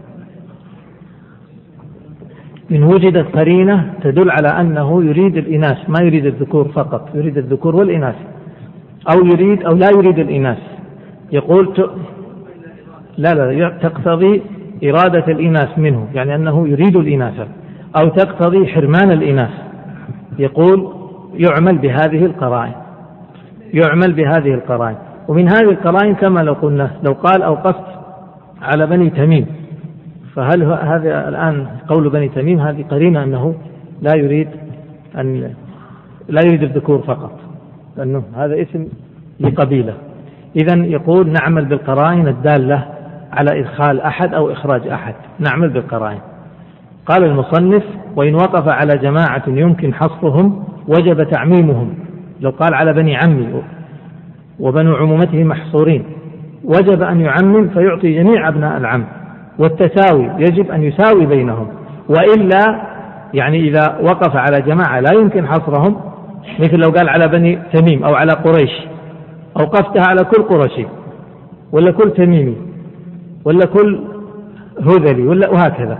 إن وجدت قرينة تدل على أنه يريد الإناث ما يريد الذكور فقط، يريد الذكور والإناث، أو يريد أو لا يريد الإناث، يقول لا تقتضي إرادة الإناث منه، يعني أنه يريد الإناث، أو تقتضي حرمان الإناث، يقول يعمل بهذه القرائن، يعمل بهذه القرائن. ومن هذه القرائن كما لو قلنا، لو قال أوقفت على بني تميم، فهل هذا الآن قول بني تميم هذه قرينة أنه لا يريد أن لا يريد الذكور فقط، لأنه هذا اسم لقبيلة. إذن يقول نعمل بالقرائن الدالة على إدخال أحد أو إخراج أحد، نعمل بالقرائن. قال المصنف: وإن وقف على جماعة يمكن حصرهم وجب تعميمهم. لو قال على بني عمي وبنو عمومته محصورين وجب أن يعمم فيعطي جميع أبناء العم، والتساوي يجب أن يساوي بينهم. وإلا يعني إذا وقف على جماعة لا يمكن حصرهم، مثل لو قال على بني تميم أو على قريش، أوقفتها على كل قرشي ولا كل تميمي ولا كل هذلي ولا وهكذا،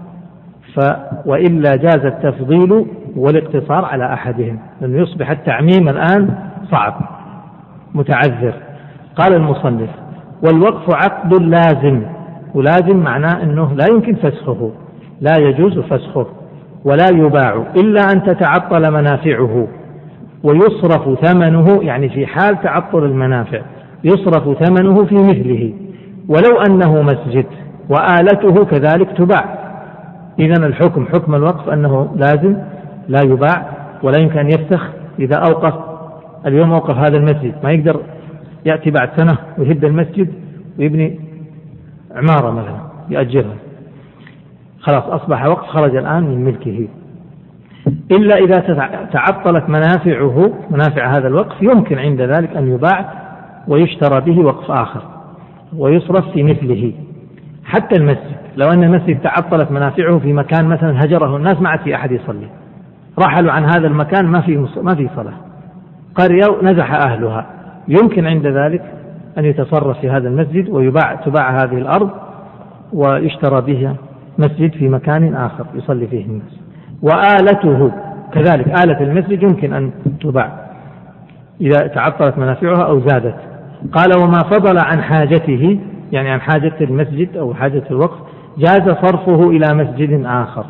وإلا جاز التفضيل والاقتصار على أحدهم، لأنه يصبح التعميم الآن صعب متعذر. قال المصنف: والوقف عقد لازم، ولازم معناه أنه لا يمكن فسخه، لا يجوز فسخه، ولا يباع إلا أن تتعطل منافعه، ويصرف ثمنه، يعني في حال تعطل المنافع يصرف ثمنه في مثله، ولو أنه مسجد وآلته كذلك تباع. إذن الحكم حكم الوقف أنه لازم لا يباع، ولا يمكن أن يفسخ. إذا أوقف اليوم أوقف هذا المسجد ما يقدر يأتي بعد سنة ويهد المسجد ويبني عمارة مثلا يأجرها، خلاص أصبح وقف، خرج الآن من ملكه. إلا إذا تعطلت منافعه، منافع هذا الوقف، يمكن عند ذلك أن يباع ويشترى به وقف آخر ويصرف في مثله. حتى المسجد، لو أن المسجد تعطلت منافعه في مكان مثلا هجره الناس، ما عاد في أحد يصلي، رحلوا عن هذا المكان، ما في صلاة، قرية نزح أهلها، يمكن عند ذلك أن يتصرف في هذا المسجد تباع هذه الأرض ويشترى بها مسجد في مكان آخر يصلي فيه الناس. وآلته كذلك، آلة المسجد يمكن أن تباع إذا تعطلت منافعها أو زادت. قال: وما فضل عن حاجته، يعني عن حاجة المسجد أو حاجة الوقف، جاز صرفه إلى مسجد آخر.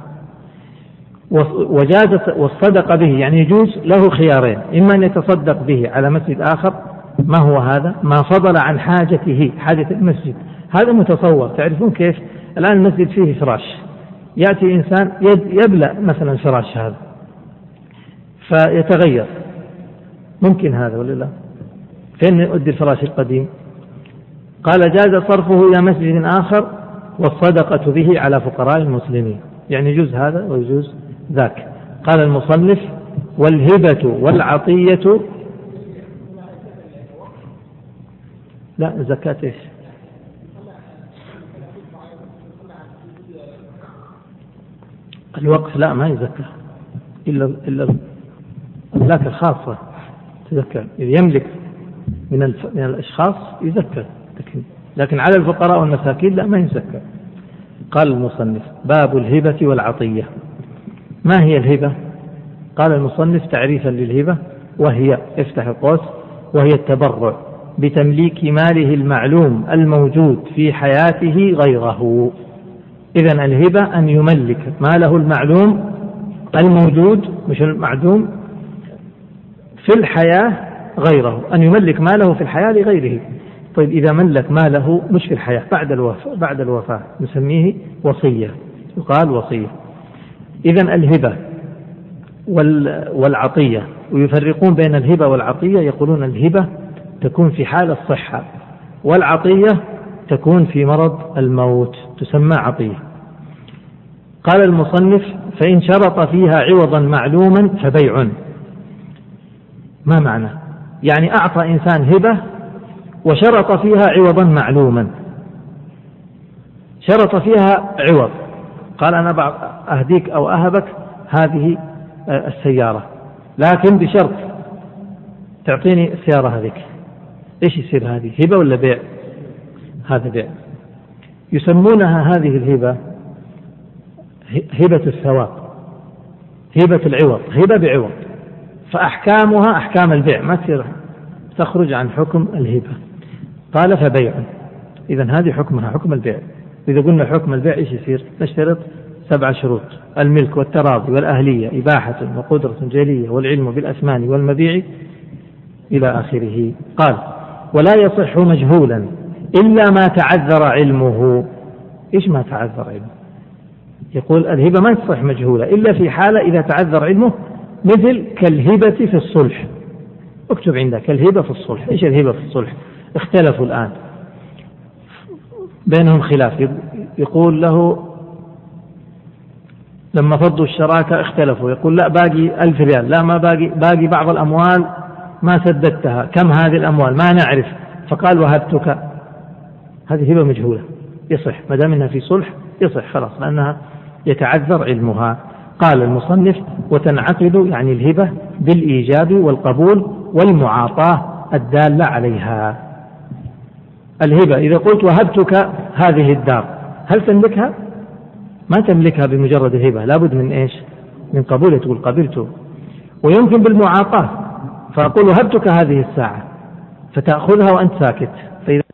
وجاز والصدق به، يعني يجوز له خيارين: إما أن يتصدق به على مسجد آخر. ما هو هذا؟ ما فضل عن حاجته، حاجة المسجد. هذا متصور، تعرفون كيف الآن المسجد فيه فراش، يأتي إنسان يبلع مثلا فراش هذا فيتغير، ممكن هذا ولا لا؟ فين يؤدي الفراش القديم؟ قال: جاز صرفه إلى مسجد آخر والصدقة به على فقراء المسلمين، يعني يجوز هذا ويجوز ذاك. قال المصنف: والهبة والعطية، لا زكاة إيش؟ الوقف لا ما يزكى إلا الزكاة الخاصة تزكى، إذا يملك من الأشخاص يزكى، لكن على الفقراء والمساكين لا ما يزكى. قال المصنف: باب الهبة والعطية. ما هي الهبة؟ قال المصنف تعريفا للهبة: وهي، افتح القوس، وهي التبرع بتمليك ماله المعلوم الموجود في حياته غيره. إذن الهبة أن يملك ماله المعلوم الموجود، مش المعدوم، في الحياة غيره، أن يملك ماله في الحياة لغيره. طيب إذا ملك ماله مش في الحياة، بعد الوفاة نسميه وصية، يقال وصية. إذن الهبة والعطية، ويفرقون بين الهبة والعطية، يقولون الهبة تكون في حال الصحة، والعطية تكون في مرض الموت، تسمى عطية. قال المصنف: فإن شرط فيها عوضا معلوما فبيع. ما معنى؟ يعني أعطى إنسان هبة وشرط فيها عوضا معلوما، شرط فيها عوض، قال أنا أهديك أو أهبك هذه السيارة، لكن بشرط تعطيني السيارة هذيك. إيش يصير؟ هذه هبة ولا بيع؟ هذا بيع. يسمونها هذه الهبة هبة الثواب، هبة العوض، هبة بعوض، فأحكامها أحكام البيع، ما تخرج عن حكم الهبة. قال: فبيع. إذن هذه حكمها حكم البيع. إذا قلنا حكم البيع إيش يصير؟ نشترط 7 شروط: الملك والتراضي والأهلية، إباحة وقدرة جلية، والعلم بالأثمان والمبيع، إلى آخره. قال: ولا يصح مجهولا إلا ما تعذر علمه. إيش ما تعذر علمه؟ يقول الهبة ما تصح مجهولة إلا في حالة إذا تعذر علمه مثل كالهبة في الصلح. اكتب عندك الهبة في الصلح. ايش الهبة في الصلح؟ اختلفوا الآن بينهم خلاف، يقول له لما فضوا الشراكة اختلفوا، يقول لا باقي 1000 ريال، لا ما باقي بعض الأموال ما سددتها، كم هذه الأموال ما نعرف، فقال وهبتك. هذه هبة مجهولة، يصح ما دام انها في صلح يصح خلاص، لأنها يتعذر علمها. قال المصنف وتنعقد يعني الهبة بالإيجاب والقبول والمعاطاة الدالة عليها. الهبة إذا قلت وهبتك هذه الدار، هل تملكها؟ ما تملكها بمجرد الهبة، لابد من إيش؟ من قبول، تقول قبلته. ويمكن بالمعاطاة، فأقول وهبتك هذه الساعة فتأخذها وأنت ساكت، فإذا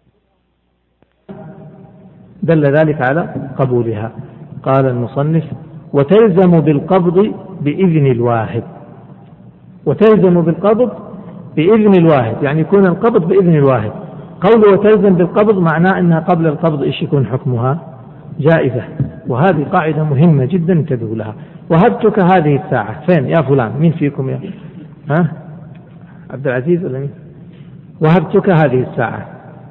دل ذلك على قبولها. قال المصنف وتلزم بالقبض بإذن الواهب. وتلزم بالقبض بإذن الواهب يعني يكون القبض بإذن الواهب. قوله وتلزم بالقبض معناه أنها قبل القبض إيش يكون حكمها؟ جائزة. وهذه قاعدة مهمة جدا انتبهوا لها. وهبتك هذه الساعة، فين يا فلان؟ مين فيكم يا عبد العزيز ولا مين؟ وهبتك هذه الساعة،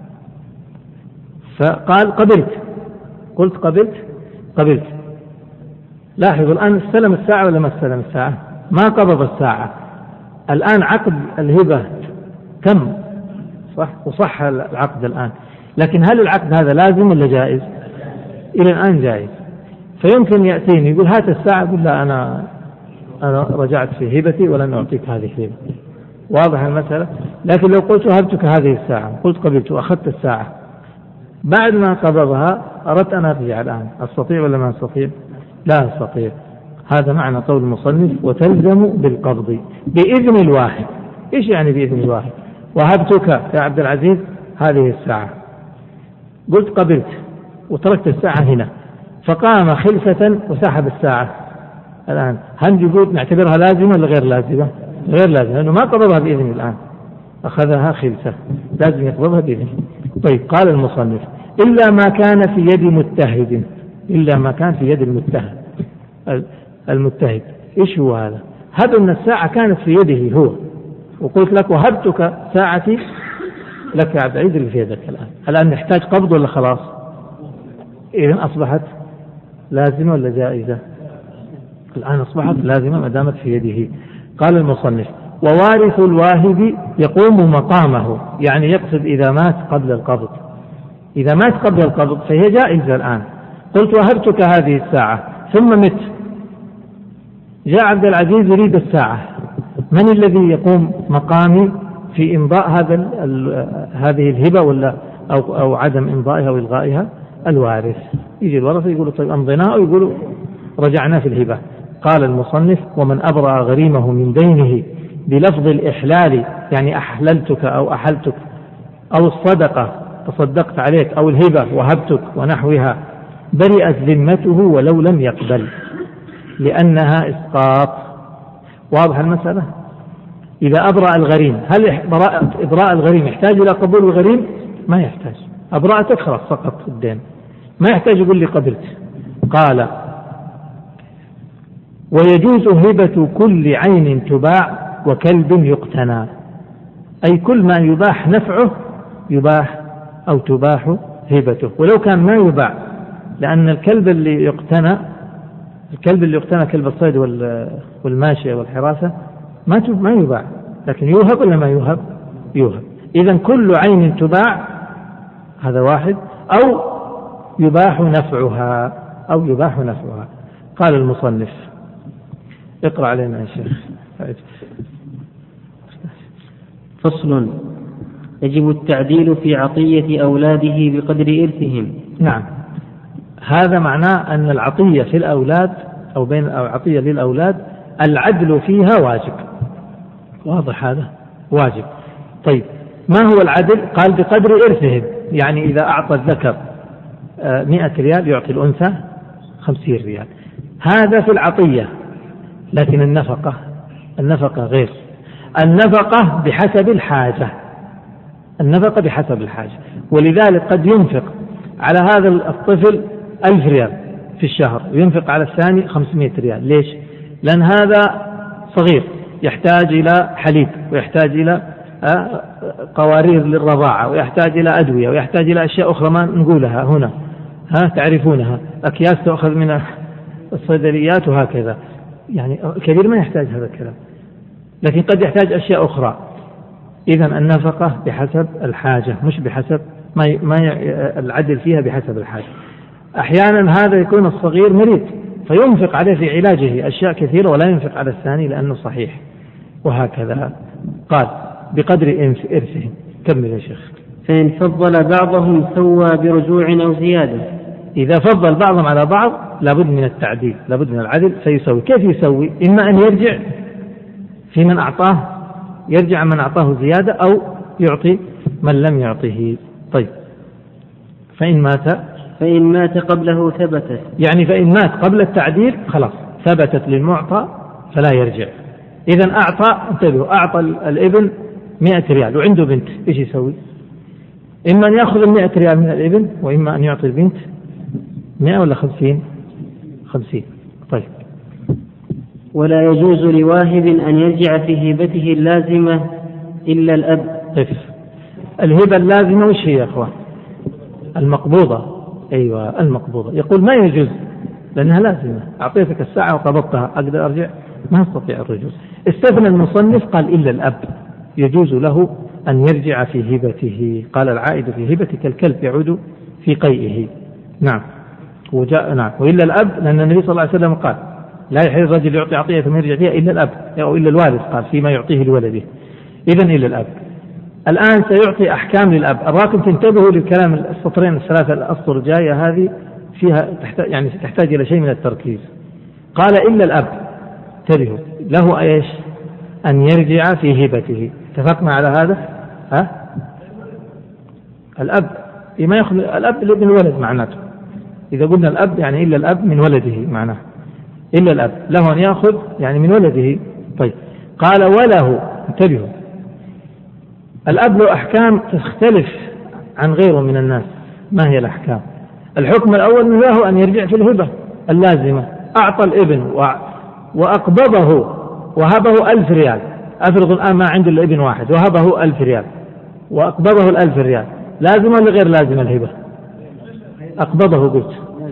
فقال قبلت، قلت قبلت. لاحظوا الآن استلم الساعة ولا ما استلم الساعة؟ ما قبض الساعة. الآن عقد الهبة تم صح، وصح العقد الآن، لكن هل العقد هذا لازم ولا جائز؟ إلى الآن جائز. فيمكن يأتيني يقول هات الساعة، أقول لا أنا رجعت في هبتي ولن أعطيك هذه الهبة. واضح المسألة؟ لكن لو قلت وهبتك هذه الساعة، قلت قبلت وأخذت الساعة، بعد ما قبضها أردت أن أرجع الآن، أستطيع ولا ما أستطيع؟ لا أستطيع. هذا معنى قول المصنف وتلزم بالقبض بإذن الواحد. إيش يعني بإذن الواحد؟ وهبتك يا عبد العزيز هذه الساعة، قلت قبلت وتركت الساعة هنا، فقام خلفة وسحب الساعة. الآن هل يقول نعتبرها لازمة ولا غير لازمة؟ غير لازمة، لأنه ما قبضها بإذن الآن، أخذها خلفة، لازم يقبضها بإذن. طيب قال المصنف إلا ما كان في يد متهد. إلا ما كان في يد المتهد. إيش هو هذا؟ هب أن الساعة كانت في يده هو، وقلت لك وهبتك ساعتي لك يا عبد العزيز اللي في يدك الآن نحتاج قبض ولا خلاص؟ إذن أصبحت لازمة ولا جائزة؟ الآن أصبحت لازمة ما دامت في يده. قال المصنف ووارث الواهب يقوم مقامه، يعني يقصد إذا مات قبل القبض. إذا مات قبل القبض فهي جائزة. الآن قلت وهبتك هذه الساعة ثم مت، جاء عبد العزيز يريد الساعة، من الذي يقوم مقامي في إمضاء هذه الهبة ولا أو عدم إمضائها وإلغائها؟ الوارث. يجي الورثة يقولوا طيب أمضيناه، أو يقولوا رجعنا في الهبة. قال المصنف ومن أبرأ غريمه من دينه بلفظ الإحلال، يعني أحللتك أو أحلتك، أو الصدقة تصدقت عليك، أو الهبة وهبتك ونحوها، برئت ذمته ولو لم يقبل، لأنها إسقاط. واضح المسألة؟ إذا أبرأ الغريم، هل إبراء الغريم يحتاج إلى قبول الغريم؟ ما يحتاج. أبرأتك خلاص سقط الدين، ما يحتاج يقول لي قبلت. قال ويجوز هبة كل عين تباع وكلب يقتنى، أي كل ما يباح نفعه يباح أو تباح هبته، ولو كان ما يباع، لأن الكلب اللي يقتنى كلب الصيد والماشية والحراسة ما يباع، لكن يوهب ولا ما يوهب؟ يوهب. إذن كل عين تباع هذا واحد، أو يباح نفعها قال المصنف اقرأ علينا يا شيخ. فصل. يجب التعديل في عطية أولاده بقدر إرثهم. نعم، هذا معناه أن العطية في الأولاد أو عطية للأولاد العدل فيها واجب. واضح هذا؟ واجب. طيب ما هو العدل؟ قال بقدر إرثهم، يعني إذا أعطى الذكر 100 ريال يعطي الأنثى 50 ريال، هذا في العطية. لكن النفقة غير. النفقة بحسب الحاجة، ولذلك قد ينفق على هذا الطفل 1000 ريال في الشهر، وينفق على الثاني 500 ريال. ليش؟ لأن هذا صغير يحتاج إلى حليب ويحتاج إلى قوارير للرضاعة ويحتاج إلى أدوية ويحتاج إلى أشياء أخرى ما نقولها هنا تعرفونها، أكياس تأخذ من الصيدليات وهكذا. يعني كبير ما يحتاج هذا الكلام، لكن قد يحتاج أشياء أخرى. إذن النفقة بحسب الحاجة، مش بحسب ما العدل فيها بحسب الحاجة. أحيانا هذا يكون الصغير مريض فينفق عليه في علاجه أشياء كثيرة ولا ينفق على الثاني لأنه صحيح، وهكذا. قال بقدر إرثهم. كمل يا شيخ. فإن فضل بعضهم سوى برجوع أو زيادة. إذا فضل بعضهم على بعض لابد من التعديل، لابد من العدل. فيسوي. كيف يسوي؟ إما أن يرجع في من أعطاه، يرجع من أعطاه زيادة، أو يعطي من لم يعطه. طيب فإن مات قبله ثبتت، يعني فإن مات قبل التعديل خلاص ثبتت للمعطى فلا يرجع. إذن أعطى الابن 100 ريال وعنده بنت، إيش يسوي؟ إما أن يأخذ 100 ريال من الابن، وإما أن يعطي البنت 100 ولا 50. طيب. ولا يجوز لواهب أن يرجع في هبته اللازمة إلا الأب. طيب. الهبة اللازمة وش هي يا أخوان؟ المقبوضة. أيوة المقبوضة. يقول ما يجوز لأنها لازمة، أعطيتك الساعة وقبضتها، أقدر أرجع؟ ما استطيع الرجوع. استثنى المصنف قال إلا الأب يجوز له أن يرجع في هبته. قال العائد في هبتك الكلب يعود في قيئه. نعم. نعم. وإلا الأب لأن النبي صلى الله عليه وسلم قال لا يحل الرجل يعطي عطية ثم يرجع فيها إلا الأب، أو إلا الوارث قال فيما يعطيه لولده. إذن إلا الأب. الآن سيعطي أحكام للأب. أراكم تنتبهوا للكلام السطرين الثلاثة الأسطر الجاية هذه فيها يعني تحتاج إلى شيء من التركيز. قال إلا الأب انتبهوا له إيش؟ أن يرجع في هبته. اتفقنا على هذا؟ الأب ما يأخذ الأب من الولد معناته. إذا قلنا الأب يعني إلا الأب من ولده معناه إلا الأب له أن يأخذ يعني من ولده. طيب. قال وله انتبهوا الأب له أحكام تختلف عن غيره من الناس. ما هي الأحكام؟ الحكم الأول من له أن يرجع في الهبة اللازمة. أعطى الابن وأقبضه وهبه 1000 ريال. أفرض الآن ما عنده الابن واحد وهبه 1000 ريال وأقبضه 1000 ريال، لازم ولا غير لازم الهبة؟ أقبضه قلت.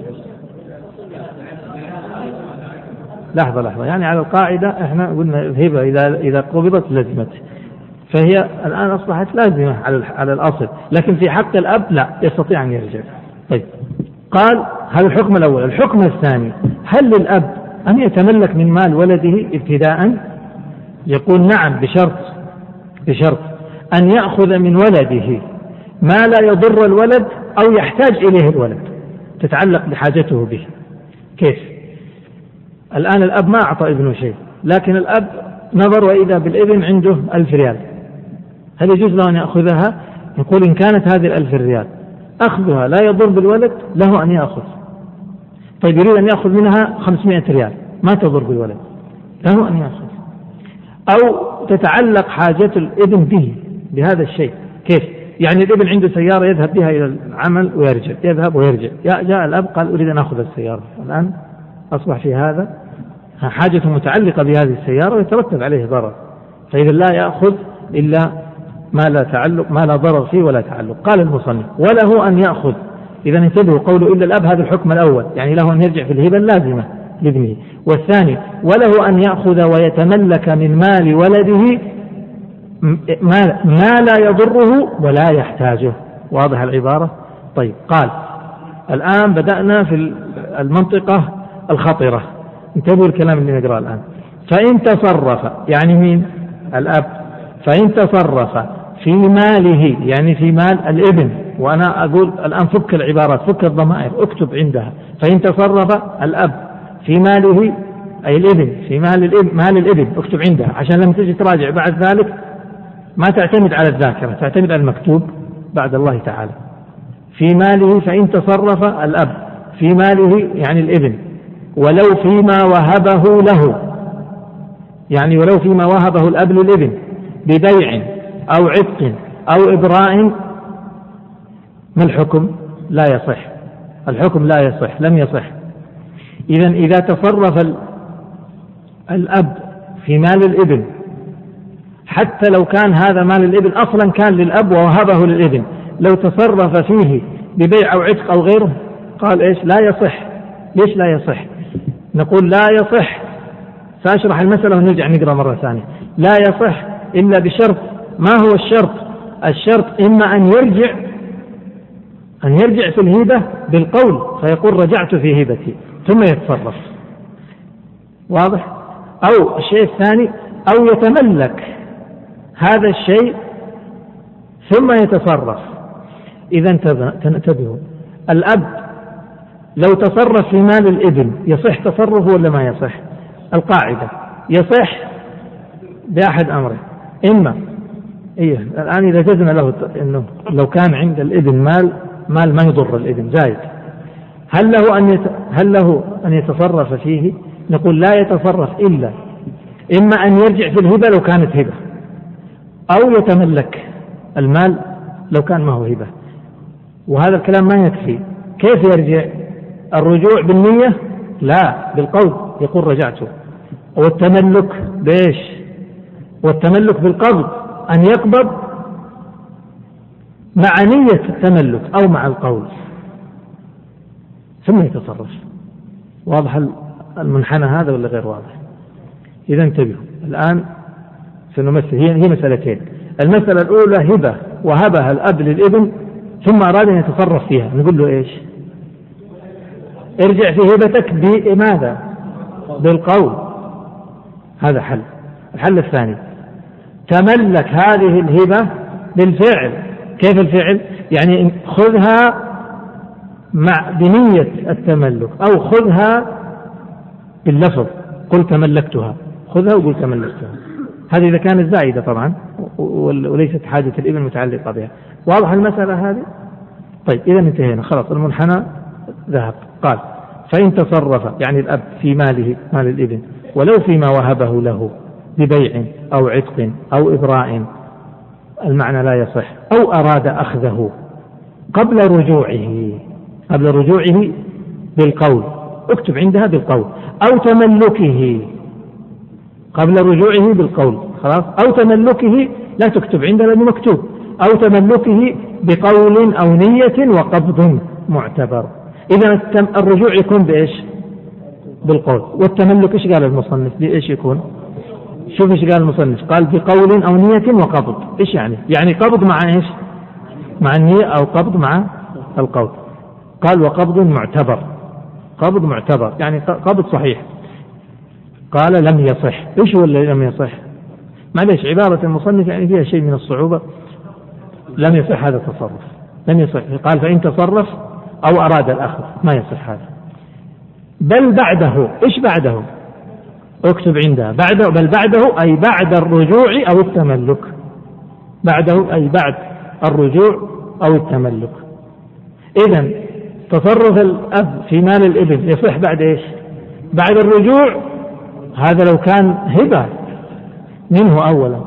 لحظة يعني على القاعدة احنا قلنا الهبة إذا قبضت لزمت، فهي الآن أصبحت لازمة على الأصل، لكن في حق الأب لا يستطيع أن يرجع. طيب. قال هذا الحكم الأول. الحكم الثاني هل للأب أن يتملك من مال ولده ابتداء؟ يقول نعم بشرط أن يأخذ من ولده ما لا يضر الولد أو يحتاج إليه الولد تتعلق بحاجته به. كيف؟ الآن الأب ما أعطى ابنه شيء، لكن الأب نظر وإذا بالابن عنده 1000 ريال، هل يجوز له أن يأخذها؟ يقول إن كانت هذه 1000 ريال أخذها لا يضر بالولد له أن يأخذ. طيب يريد أن يأخذ منها 500 ريال ما تضر بالولد له أن يأخذ. أو تتعلق حاجة الابن به بهذا الشيء. كيف؟ يعني الابن عنده سيارة يذهب بها إلى العمل ويرجع، يذهب ويرجع، جاء الأب قال أريد أن أخذ السيارة، الآن أصبح في هذا حاجة متعلقة بهذه السيارة ويترتب عليه ضرر، فإذا لا يأخذ إلا ما لا ضرر فيه ولا تعلق. قال المصنف وله أن يأخذ. إذا انتبهوا قوله إلا الأب هذا الحكم الأول، يعني له أن يرجع في الهبة اللازمة لابنه. والثاني وله أن يأخذ ويتملك من مال ولده ما لا يضره ولا يحتاجه. واضح العبارة؟ طيب. قال الآن بدأنا في المنطقة الخطرة، انتبهوا الكلام اللي نقرأ الآن. فإن تصرف يعني مين؟ الأب. فإن تصرف في ماله يعني في مال الابن، وأنا أقول الآن فك العبارات فك الضمائر اكتب عندها. فإن تصرف الأب في ماله أي الابن في مال الابن اكتب عندها عشان لما تجي تراجع بعد ذلك ما تعتمد على الذاكرة، تعتمد على المكتوب بعد الله تعالى. في ماله فإن تصرف الأب في ماله يعني الابن ولو فيما وهبه له، يعني ولو فيما وهبه الأب للابن ببيع أو عتق أو إبراء، ما الحكم؟ لا يصح. الحكم لا يصح، لم يصح. إذا تصرف الأب في مال الابن، حتى لو كان هذا مال الابن أصلا كان للأب ووهبه للابن، لو تصرف فيه ببيع أو عتق أو غيره قال إيش؟ لا يصح. ليش لا يصح؟ نقول لا يصح، سأشرح المسألة ونرجع نقرأ مرة ثانية. لا يصح إلا بشرط. ما هو الشرط؟ الشرط إما أن يرجع في الهبة بالقول فيقول رجعت في هبتي ثم يتصرف، واضح؟ أو الشيء الثاني أو يتملك هذا الشيء ثم يتصرف. إذا انتبهوا، الأب لو تصرف في مال الابن يصح تصرفه ولا ما يصح؟ القاعدة يصح بأحد أمره، إما الآن إذا جزنا له إنه لو كان عند الابن مال ما يضر الابن زايد، هل له أن يتصرف فيه؟ نقول لا يتصرف إلا إما أن يرجع في الهبة لو كانت هبة، أو يتملك المال لو كان ما هو هبة. وهذا الكلام ما يكفي. كيف يرجع؟ الرجوع بالنية؟ لا، بالقول يقول رجعته. والتملك بإيش؟ والتملك بالقبض، أن يقبض مع نية التملك أو مع القول ثم يتصرف. واضح المنحنى هذا ولا غير واضح؟ إذا انتبهوا الآن سنمثل. هي مسألتين. المسألة الأولى هبة وهبها الأب للابن ثم أراد أن يتصرف فيها، نقول له إيش؟ ارجع في هبتك بماذا؟ بالقول. هذا حل. الحل الثاني تملك هذه الهبة بالفعل. كيف الفعل؟ يعني خذها بنية التملك، أو خذها باللفظ، قل تملكتها، خذها وقل تملكتها. هذه إذا كانت زائدة طبعا وليست حاجة الابن متعلقة بها. واضح المسألة هذه؟ طيب إذا انتهينا خلاص، المنحنى ذهب. قال فإن تصرف يعني الأب في ماله مال الابن ولو فيما وهبه له ببيع أو عتق أو إبراء، المعنى لا يصح، أو أراد أخذه قبل رجوعه بالقول، اكتب عندها بالقول، أو تملكه قبل رجوعه بالقول، خلاص، أو تملكه لا تكتب عندها لأنه مكتوب، أو تملكه بقول أو نية وقبض معتبر. إذا الرجوع يكون بإيش؟ بالقول. والتملك إيش قال المصنف؟ بإيش يكون؟ شوف إيش قال المصنف، قال بقول أو نية وقبض. إيش يعني؟ يعني قبض مع إيش؟ مع النية، أو قبض مع القول. قال وقبض معتبر. قبض معتبر يعني قبض صحيح. قال لم يصح. إيش هو اللي لم يصح؟ معليش عبارة المصنف يعني فيها شيء من الصعوبة. لم يصح هذا التصرف، لم يصح. قال فإن تصرف أو أراد الأخذ ما يصح هذا. بل بعده. إيش بعده؟ اكتب عندها بعده. بل بعده أي بعد الرجوع أو التملك. بعده أي بعد الرجوع أو التملك. إذن تصرف الأب في مال الابن يصح بعد إيش؟ بعد الرجوع. هذا لو كان هبة منه أولا،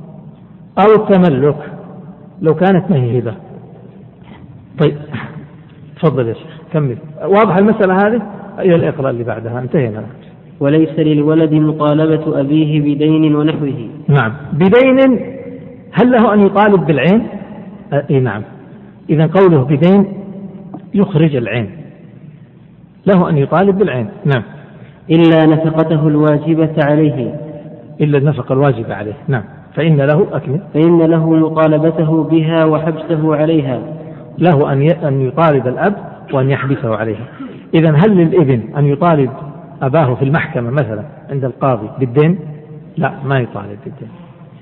أو التملك لو كانت ما هي هبة. طيب تفضل يا شيخ كمل. واضح المسألة هذه؟ إلى الإقرار اللي بعدها انتهينا. وليس للولد مطالبة أبيه بدين ونحوه. نعم بدين. هل له أن يطالب بالعين؟ إيه نعم. إذا قوله بدين يخرج العين، له أن يطالب بالعين. نعم. إلا نفقته الواجبة عليه. إلا النفقة الواجبة عليه. نعم. فإن له مطالبته بها وحبسه عليها. له أن يطالب الأب وأن يحبسه عليها. إذن هل للابن أن يطالب أباه في المحكمة مثلا عند القاضي بالدين؟ لا، ما يطالب بالدين.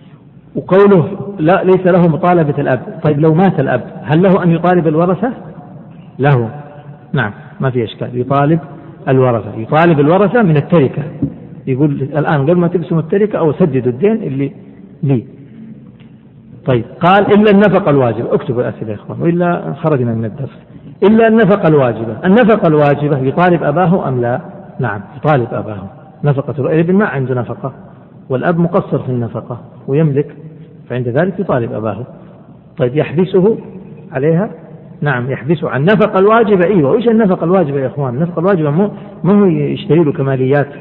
وقوله لا ليس له مطالبة الأب. طيب لو مات الأب هل له أن يطالب الورثة؟ له. نعم ما في إشكال، يطالب الورثة من التركة. يقول الآن قبل ما تقسموا التركة أو سددوا الدين اللي لي. طيب قال إلا النفقة الواجبة. اكتبوا الأسئلة يا إخوان وإلا خرجنا من الدرس. إلا النفقة الواجبة يطالب أباه أم لا؟ نعم يطالب أباه. نفقة الابن ما عنده نفقة والأب مقصر في النفقة ويملك، فعند ذلك يطالب أباه. طيب يحبسه عليها؟ نعم يحبسه عن النفقة الواجبة. أيوة. وإيش النفقة الواجبة يا إخوان؟ النفقة الواجبة مو يشتري له كماليات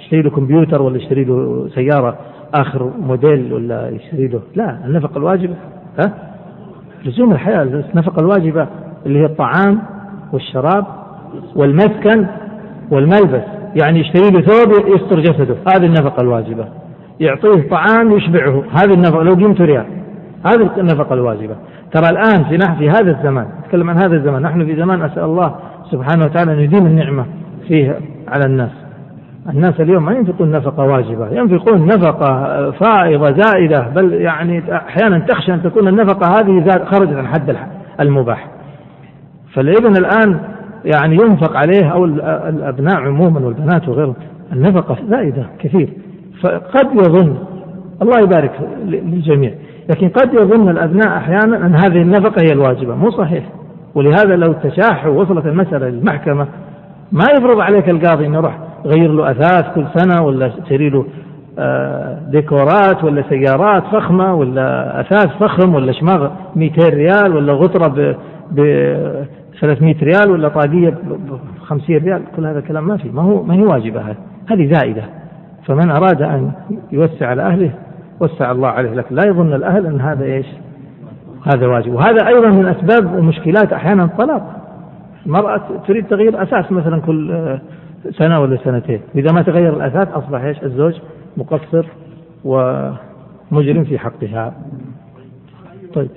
يشتري له كمبيوتر ولا يشتري له سيارة آخر موديل ولا يشتري له، لا، النفقة الواجبة لزوم الحياة. النفقة الواجبة اللي هي الطعام والشراب والمسكن والملبس، يعني يشتري له ثوب يستر جسده، هذه النفقة الواجبة. يعطيه طعام يشبعه، هذه النفقة لو قيمته ريال، هذه النفقة الواجبة. ترى الآن في هذا الزمان، نتكلم عن هذا الزمان، نحن في زمان أسأل الله سبحانه وتعالى أن يديم النعمة فيه على الناس. الناس اليوم ما ينفقون نفقة واجبة، ينفقون نفقة فائضة زائدة، بل يعني أحيانا تخشى أن تكون النفقة هذه خرجت عن حد المباح. فالابن الآن يعني ينفق عليه، أو الأبناء عموما والبنات وغيرهم، النفقة زائدة كثير. فقد يظن، الله يبارك للجميع، لكن قد يظن الأبناء أحيانا أن هذه النفقة هي الواجبة. مو صحيح. ولهذا لو تشاحوا ووصلت المسألة للمحكمة ما يفرض عليك القاضي أنه يروح غير له أثاث كل سنة، ولا تشتري له ديكورات ولا سيارات فخمة ولا أثاث فخم ولا شماغ 200 ريال ولا غطرة ب 300 ريال ولا طاقية ب 50 ريال. كل هذا الكلام ما هي واجبة، هذه زائدة. فمن أراد أن يوسع على أهله وسع الله عليه، لكن لا يظن الأهل أن هذا هذا واجب. وهذا أيضا من أسباب ومشكلات أحيانا الطلاق. المرأة تريد تغيير أثاث مثلا كل سنة ولا سنتين، إذا ما تغير الأثاث أصبح الزوج مقصر ومجرم في حقها. طيب،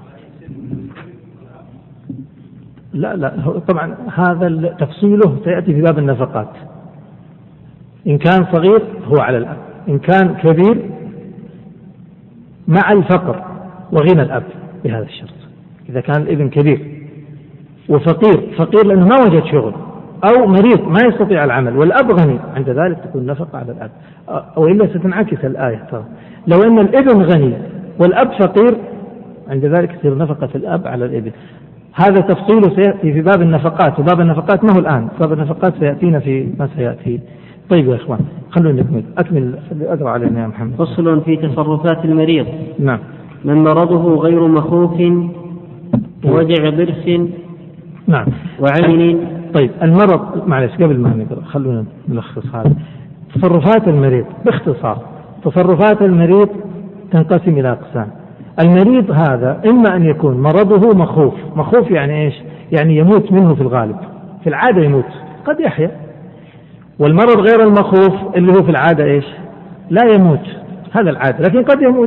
لا طبعا هذا تفصيله سيأتي في باب النفقات. إن كان صغير هو على الأب، إن كان كبير مع الفقر وغنى الأب بهذا الشرط. إذا كان الابن كبير وفقير لأنه ما وجد شغل، أو مريض ما يستطيع العمل والأب غني، عند ذلك تكون نفقة على الأب. وإلا ستنعكس الآية. لو أن الابن غني والأب فقير، عند ذلك تصير نفقة الأب على الابن. هذا تفصيله سيأتي في باب النفقات، وباب النفقات ما هو الآن، باب النفقات سيأتينا في ما سيأتي. طيب يا إخوان، خلونا أكمل أقرأ علينا يا محمد. فصل في تصرفات المريض. نعم. من مرضه غير مخوف، وجع ضرس، نعم، وعين. طيب، المرض، معلش قبل ما نقرأ خلونا نلخص هذا. تصرفات المريض باختصار. تصرفات المريض تنقسم إلى أقسام. المريض هذا إما أن يكون مرضه مخوف يعني إيش؟ يعني يموت منه في الغالب، في العادة يموت، قد يحيا. والمرض غير المخوف اللي هو في العادة إيش؟ لا يموت، هذا العادة، لكن قد يموت.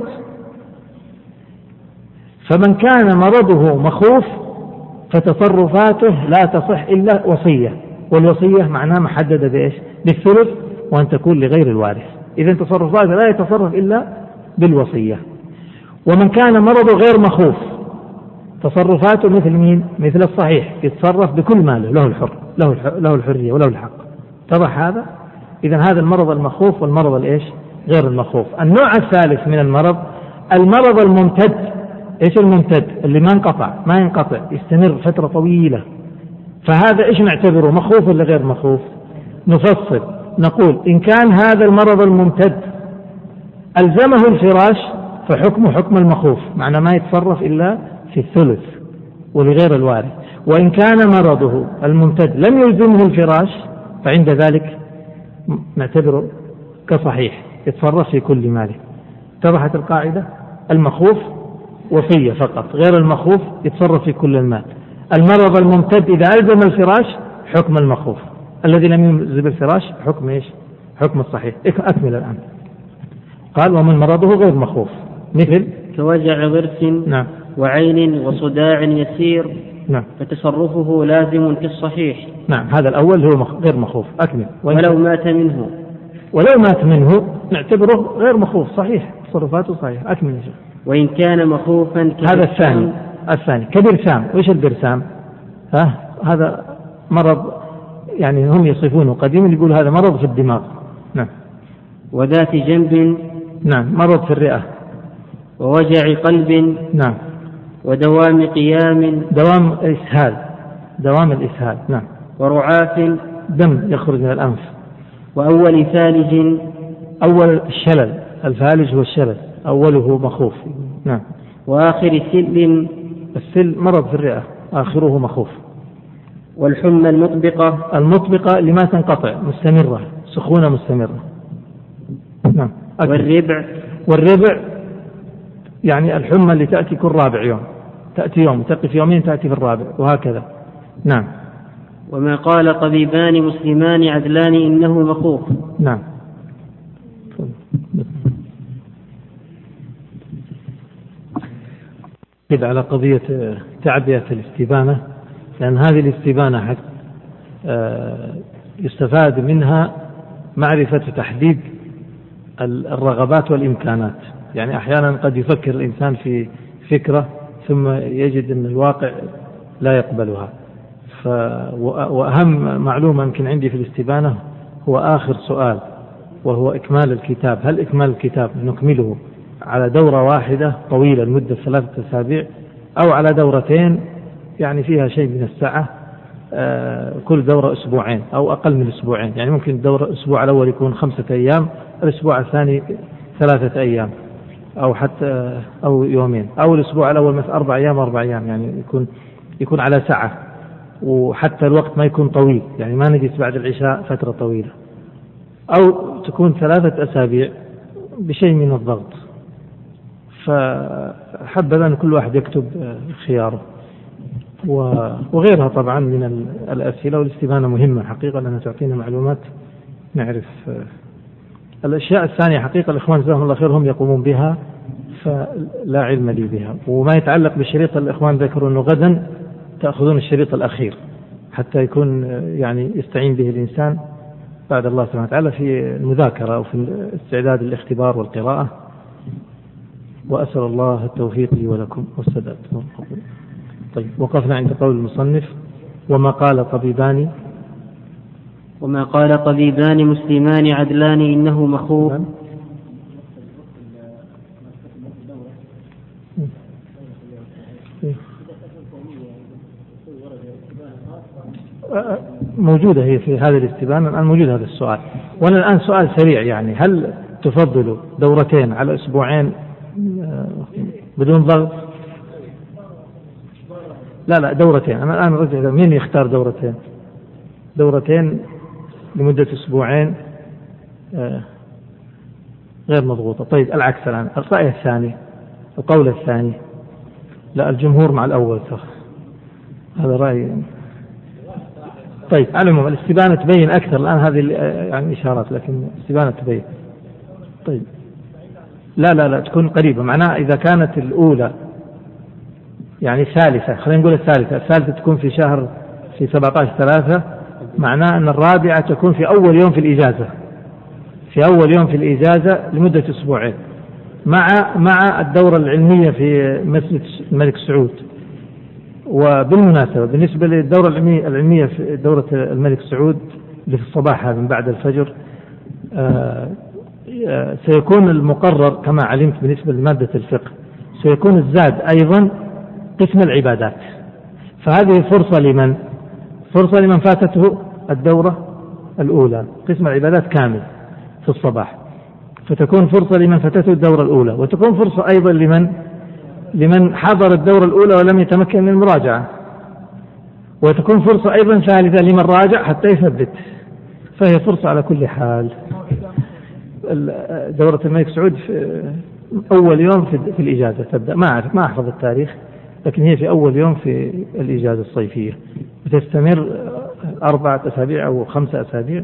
فمن كان مرضه مخوف فتصرفاته لا تصح إلا وصية، والوصية معناها محددة بإيش؟ بالثلث، وأن تكون لغير الوارث. إذا تصرفاته لا يتصرف إلا بالوصية. ومن كان مرضه غير مخوف تصرفاته مثل مين؟ مثل الصحيح، يتصرف بكل ماله، له الحرية وله الحق. اتضح هذا؟ إذا هذا المرض المخوف والمرض الإيش؟ غير المخوف. النوع الثالث من المرض الممتد. إيش الممتد؟ اللي ما ينقطع، يستمر فترة طويلة. فهذا إيش نعتبره؟ مخوف ولا غير مخوف؟ نفصل، نقول إن كان هذا المرض الممتد ألزمه الفراش فحكمه حكم المخوف، معنى ما يتصرف إلا في الثلث ولغير الوارث. وإن كان مرضه الممتد لم يلزمه الفراش فعند ذلك نعتبره كصحيح، يتصرف في كل ماله. اتضحت القاعدة؟ المخوف وصية فقط، غير المخوف يتصرف في كل المال. المرض الممتد إذا ألزم الفراش حكم المخوف، الذي لم يلزم الفراش حكم إيش؟ حكم الصحيح. أكمل الآن. قال ومن مرضه غير مخوف مثل كوجع ضرس، نعم، وعين وصداع يسير، نعم، فتصرفه لازم كالصحيح. نعم، هذا الأول هو غير مخوف. أكمل. ولو مات منه نعتبره غير مخوف، صحيح، تصرفاته صحيح. أكمل يا شيخ. وإن كان مخوفا هذا الثاني كبرسام. وإيش البرسام؟ هذا مرض يعني هم يصفونه قديما يقول هذا مرض في الدماغ. نعم. وذات جنب، نعم، مرض في الرئة. ووجع قلب، نعم، ودوام قيام، دوام الإسهال، نعم، ورعاف، دم يخرج من الأنف، وأول فالج، أول الشلل، الفالج هو الشلل، أوله مخوف، نعم، وآخر السل مرض في الرئة، آخره مخوف. والحمى المطبقة اللي ما تنقطع، مستمرة، سخونة مستمرة، نعم. والربع يعني الحمى اللي تأتي كل رابع يوم، تأتي يوم تأتي في يومين تأتي في الرابع وهكذا. نعم. وما قال طبيبان مسلمان عدلان إنه مخوف. نعم. على قضية تعبئة الاستبانة، لأن هذه الاستبانة يستفاد منها معرفة تحديد الرغبات والإمكانات. يعني أحيانا قد يفكر الإنسان في فكرة ثم يجد أن الواقع لا يقبلها. وأهم معلومة يمكن عندي في الاستبانة هو آخر سؤال، وهو إكمال الكتاب. هل إكمال الكتاب نكمله على دورة واحدة طويلة لمدة 3 أسابيع، أو على دورتين يعني فيها شيء من السعة، كل دورة أسبوعين أو أقل من أسبوعين. يعني ممكن الدورة الأسبوع الأول يكون 5 أيام، الأسبوع الثاني 3 أيام أو حتى أو يومين، أو الأسبوع الأول مثل 4 أيام 4 أيام، يعني يكون على سعة، وحتى الوقت ما يكون طويل، يعني ما نجلس بعد العشاء فترة طويلة. أو تكون 3 أسابيع بشيء من الضغط. فحبذا أن كل واحد يكتب خياره. وغيرها طبعا من الأسئلة، والاستبانة مهمة حقيقة لأنها تعطينا معلومات نعرف. الأشياء الثانية حقيقة الإخوان جزاهم الله خير هم يقومون بها، فلا علم لي بها. وما يتعلق بالشريط الإخوان ذكروا أنه غدا تأخذون الشريط الأخير حتى يكون يعني يستعين به الإنسان بعد الله سبحانه وتعالى في المذاكرة أو في استعداد الاختبار والقراءة. وأسأل الله التوفيق لي ولكم والسداد. طيب، وقفنا عند قول المصنف وما قال طبيبان مسلمان عدلان إنه مخوف. موجودة هي في هذه الاستبانة الآن، موجود هذا السؤال. وأنا الآن سؤال سريع، يعني هل تفضل دورتين على أسبوعين بدون ضغط؟ لا دورتين. أنا الآن رجع مين يختار دورتين لمدة أسبوعين غير مضغوطة. طيب العكس الآن، الرأي الثاني، القول الثاني. لا، الجمهور مع الأول هذا رأي. طيب على العموم الاستبانة تبين أكثر الآن، هذه يعني إشارات، لكن الاستبانة تبين. طيب لا تكون قريبة، معناها إذا كانت الأولى يعني ثالثة، خلينا نقول الثالثة تكون في 17/3، معناه أن الرابعة تكون في أول يوم في الإجازة لمدة أسبوعين، مع الدورة العلمية في مسجد الملك سعود. وبالمناسبة بالنسبة للدورة العلمية في دورة الملك سعود اللي في الصباح هذا من بعد الفجر، سيكون المقرر كما علمت بالنسبة لمادة الفقه سيكون الزاد أيضا قسم العبادات. فهذه فرصة لمن فاتته الدورة الأولى، قسم العبادات كامل في الصباح، فتكون فرصة لمن فاتته الدورة الأولى، وتكون فرصة أيضا لمن حضر الدورة الأولى ولم يتمكن من المراجعة، وتكون فرصة أيضا ثالثة لمن راجع حتى يثبت. فهي فرصة على كل حال. دورة الملك سعود في أول يوم في الإجازة تبدأ، ما أحفظ التاريخ، لكن هي في أول يوم في الإجازة الصيفية، وتستمر 4 أسابيع أو 5 أسابيع.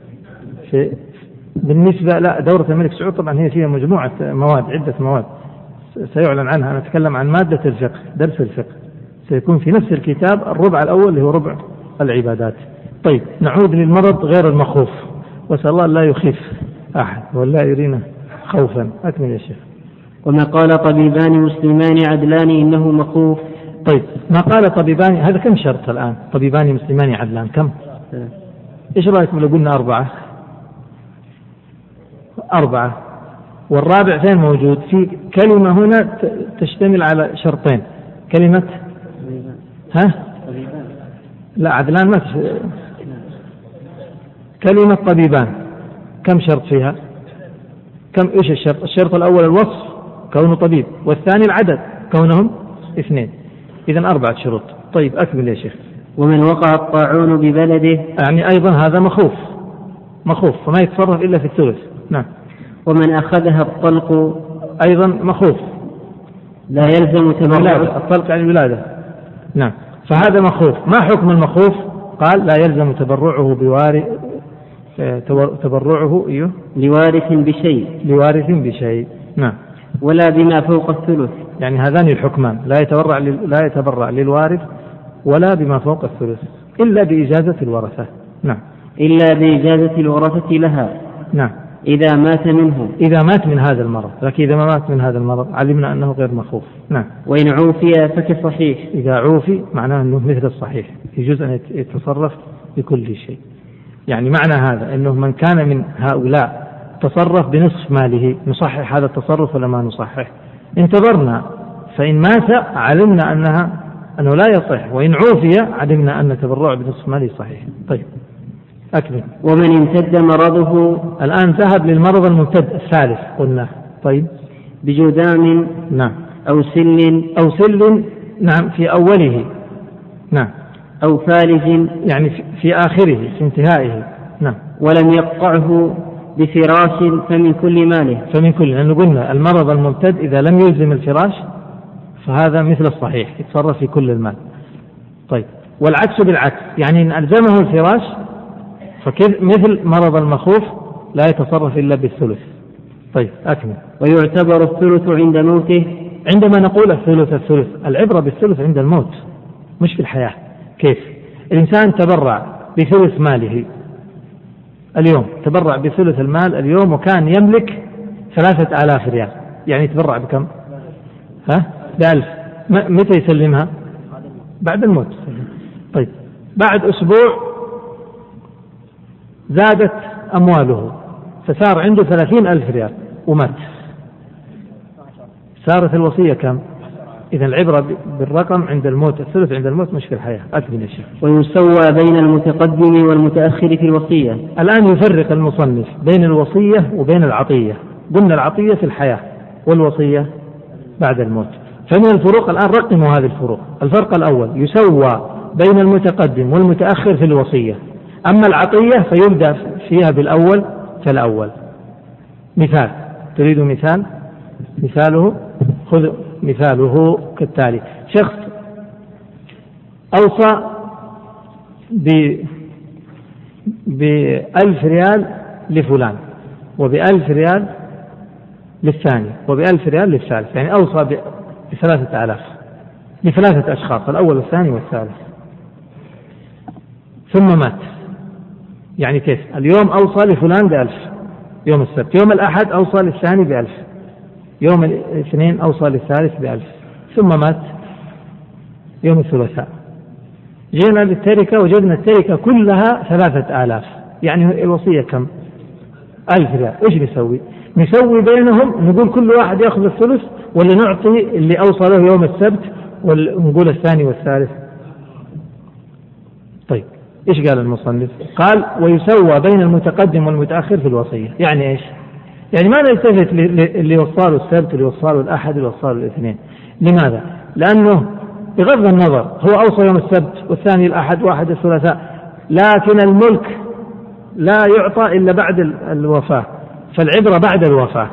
بالنسبة دورة الملك سعود طبعا هي فيها مجموعة مواد، عدة مواد سيعلن عنها. أنا أتكلم عن مادة الفقه، درس الفقه سيكون في نفس الكتاب الربع الأول اللي هو ربع العبادات. طيب نعود للمرض غير المخوف، وسأل الله لا يخيف أحد ولا يرينا خوفا. أكمل يا شيخ. وما قال طبيبان مسلمان عدلان إنه مخوف. طيب ما قال طبيبان، هذا كم شرط الآن؟ طبيبان مسلمان عدلان كم؟ إيش رأيكم لو قلنا 4؟ والرابع فين موجود؟ في كلمة هنا تشتمل على شرطين. كلمة لا عدلان ما كلمة طبيبان كم شرط فيها؟ إيش الشرط؟ الشرط الأول الوصف كونه طبيب، والثاني العدد كونهم 2. إذن 4 شروط. طيب أكمل يا شيخ. ومن وقع الطاعون ببلده، يعني أيضا هذا مخوف، فما يتصرف إلا في الثلث. نعم. ومن أخذها الطلق أيضا مخوف، لا يلزم تبرعه. الطلق عن الولادة، نعم، فهذا مخوف. ما حكم المخوف؟ قال لا يلزم تبرعه لوارث بشيء، نعم، ولا بما فوق الثلث. يعني هذان الحكمان، لا يتبرع للوارث ولا بما فوق الثلث إلا بإجازة الورثة، نعم، إلا بإجازة الورثة لها، نعم، إذا مات من هذا المرض. لكن إذا ما مات من هذا المرض علمنا أنه غير مخوف، نعم. وإن عوفي فكصحيح، إذا عوفي معناه أنه مثل الصحيح، يجوز أن يتصرف بكل شيء. يعني معنى هذا أنه من كان من هؤلاء تصرف بنصف ماله، نصحح هذا التصرف ولا ما نصحح؟ انتظرنا، فإن مات علمنا أنه لا يصح، وإن عوفي علمنا أن التبرع بنصف ماله صحيح. طيب أكمل. ومن امتد مرضه، الآن ذهب للمرض الممتد الثالث قلنا، طيب، بجذام، نعم، أو سل، نعم، في أوله، نعم، أو فالج، يعني في آخره، في انتهائه، نعم، ولم يقطعه بفراش فمن كل ماله. لأنه قلنا المرض الممتد إذا لم يلزم الفراش فهذا مثل الصحيح، يتصرف في كل المال. طيب، والعكس بالعكس، يعني إن ألزمه الفراش مثل مرض المخوف لا يتصرف إلا بالثلث. طيب أكمل. ويعتبر الثلث عند موته. عندما نقول الثلث العبرة بالثلث عند الموت مش في الحياة. كيف؟ الإنسان تبرع بثلث ماله اليوم، تبرع بثلث المال اليوم وكان يملك 3000 ريال، يعني تبرع بكم؟ ب1000. متى يسلمها؟ بعد الموت. طيب، بعد أسبوع زادت أمواله فصار عنده 30,000 ريال ومات، صارت الوصية كم؟ إذا العبرة بالرقم عند الموت، الثلث عند الموت مش في الحياة. أكمل يا شيخ. ويسوى بين المتقدم والمتأخر في الوصية. الآن يفرق المصنف بين الوصية وبين العطية. قلنا العطية في الحياة والوصية بعد الموت. فمن الفروق الآن رقموا هذه الفروق. الفرق الأول يسوى بين المتقدم والمتأخر في الوصية، أما العطية فيبدأ فيها بالأول فالأول. مثال، تريد مثال؟ مثاله، خذ مثاله كالتالي: شخص أوصى ب1,000 ريال لفلان، وب1,000 ريال للثاني، وب1,000 ريال للثالث، يعني أوصى ب3,000 لثلاثة أشخاص، الأول والثاني والثالث، ثم مات. يعني كيف؟ اليوم أوصى لفلان ب1,000 يوم السبت، يوم الأحد أوصى للثاني ب1,000، يوم الاثنين أوصى للثالث ب1,000، ثم مات يوم الثلاثاء. جينا للتركة وجدنا التركة كلها 3,000، يعني الوصية كم؟ 1,000 ريال. إيش نسوي بينهم؟ نقول كل واحد يأخذ الثلث، ولا نعطي اللي أوصى له يوم السبت ونقول الثاني والثالث؟ طيب، إيش قال المصنف؟ قال ويسوى بين المتقدم والمتأخر في الوصية. يعني إيش؟ يعني ما نلتفت اللي وصاله السبت، اللي وصاله الأحد، اللي وصاله الاثنين. لماذا؟ لأنه بغض النظر هو أوصى يوم السبت والثاني الأحد واحد الثلاثاء، لكن الملك لا يعطى إلا بعد الوفاة، فالعبرة بعد الوفاة،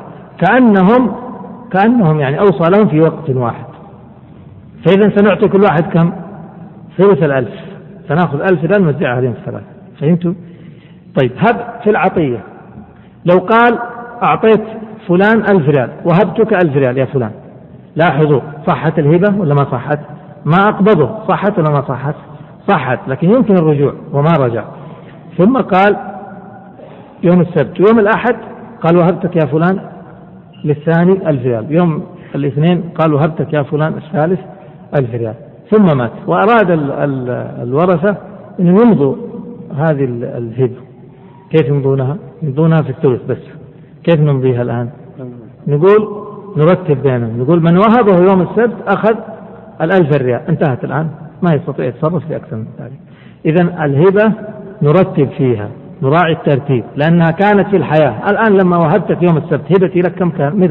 كأنهم يعني أوصى لهم في وقت واحد. فإذا سنعطي كل واحد كم؟ ثلث 1,000، سنأخذ 1,000 ريال نوزعها عليهم الثلاثة. فهمتوا؟ طيب، هب في العطية لو قال أعطيت فلان 1,000 ريال وهبتك 1,000 ريال يا فلان، لاحظوا صحت الهبة ولا ما صحت؟ ما أقبضه، صحت ولا ما صحت؟ صحت، لكن يمكن الرجوع وما رجع. ثم قال يوم السبت ويوم الأحد قال وهبتك يا فلان للثاني 1,000 ريال، يوم الاثنين قال وهبتك يا فلان الثالث 1,000 ريال، ثم مات. وأراد الورثة أن يمضوا هذه الهبة. كيف يمضونها؟ يمضونها في الثلث بس. كيف نمضيها الآن؟ نقول نرتب بينهم، نقول من وهبه يوم السبت أخذ 1,000 ريال، انتهت الآن، ما يستطيع يتصرف في أكثر من ذلك. إذن الهبة نرتب فيها، نراعي الترتيب، لأنها كانت في الحياة. الآن لما وهبتك يوم السبت هبتي لك كم كان؟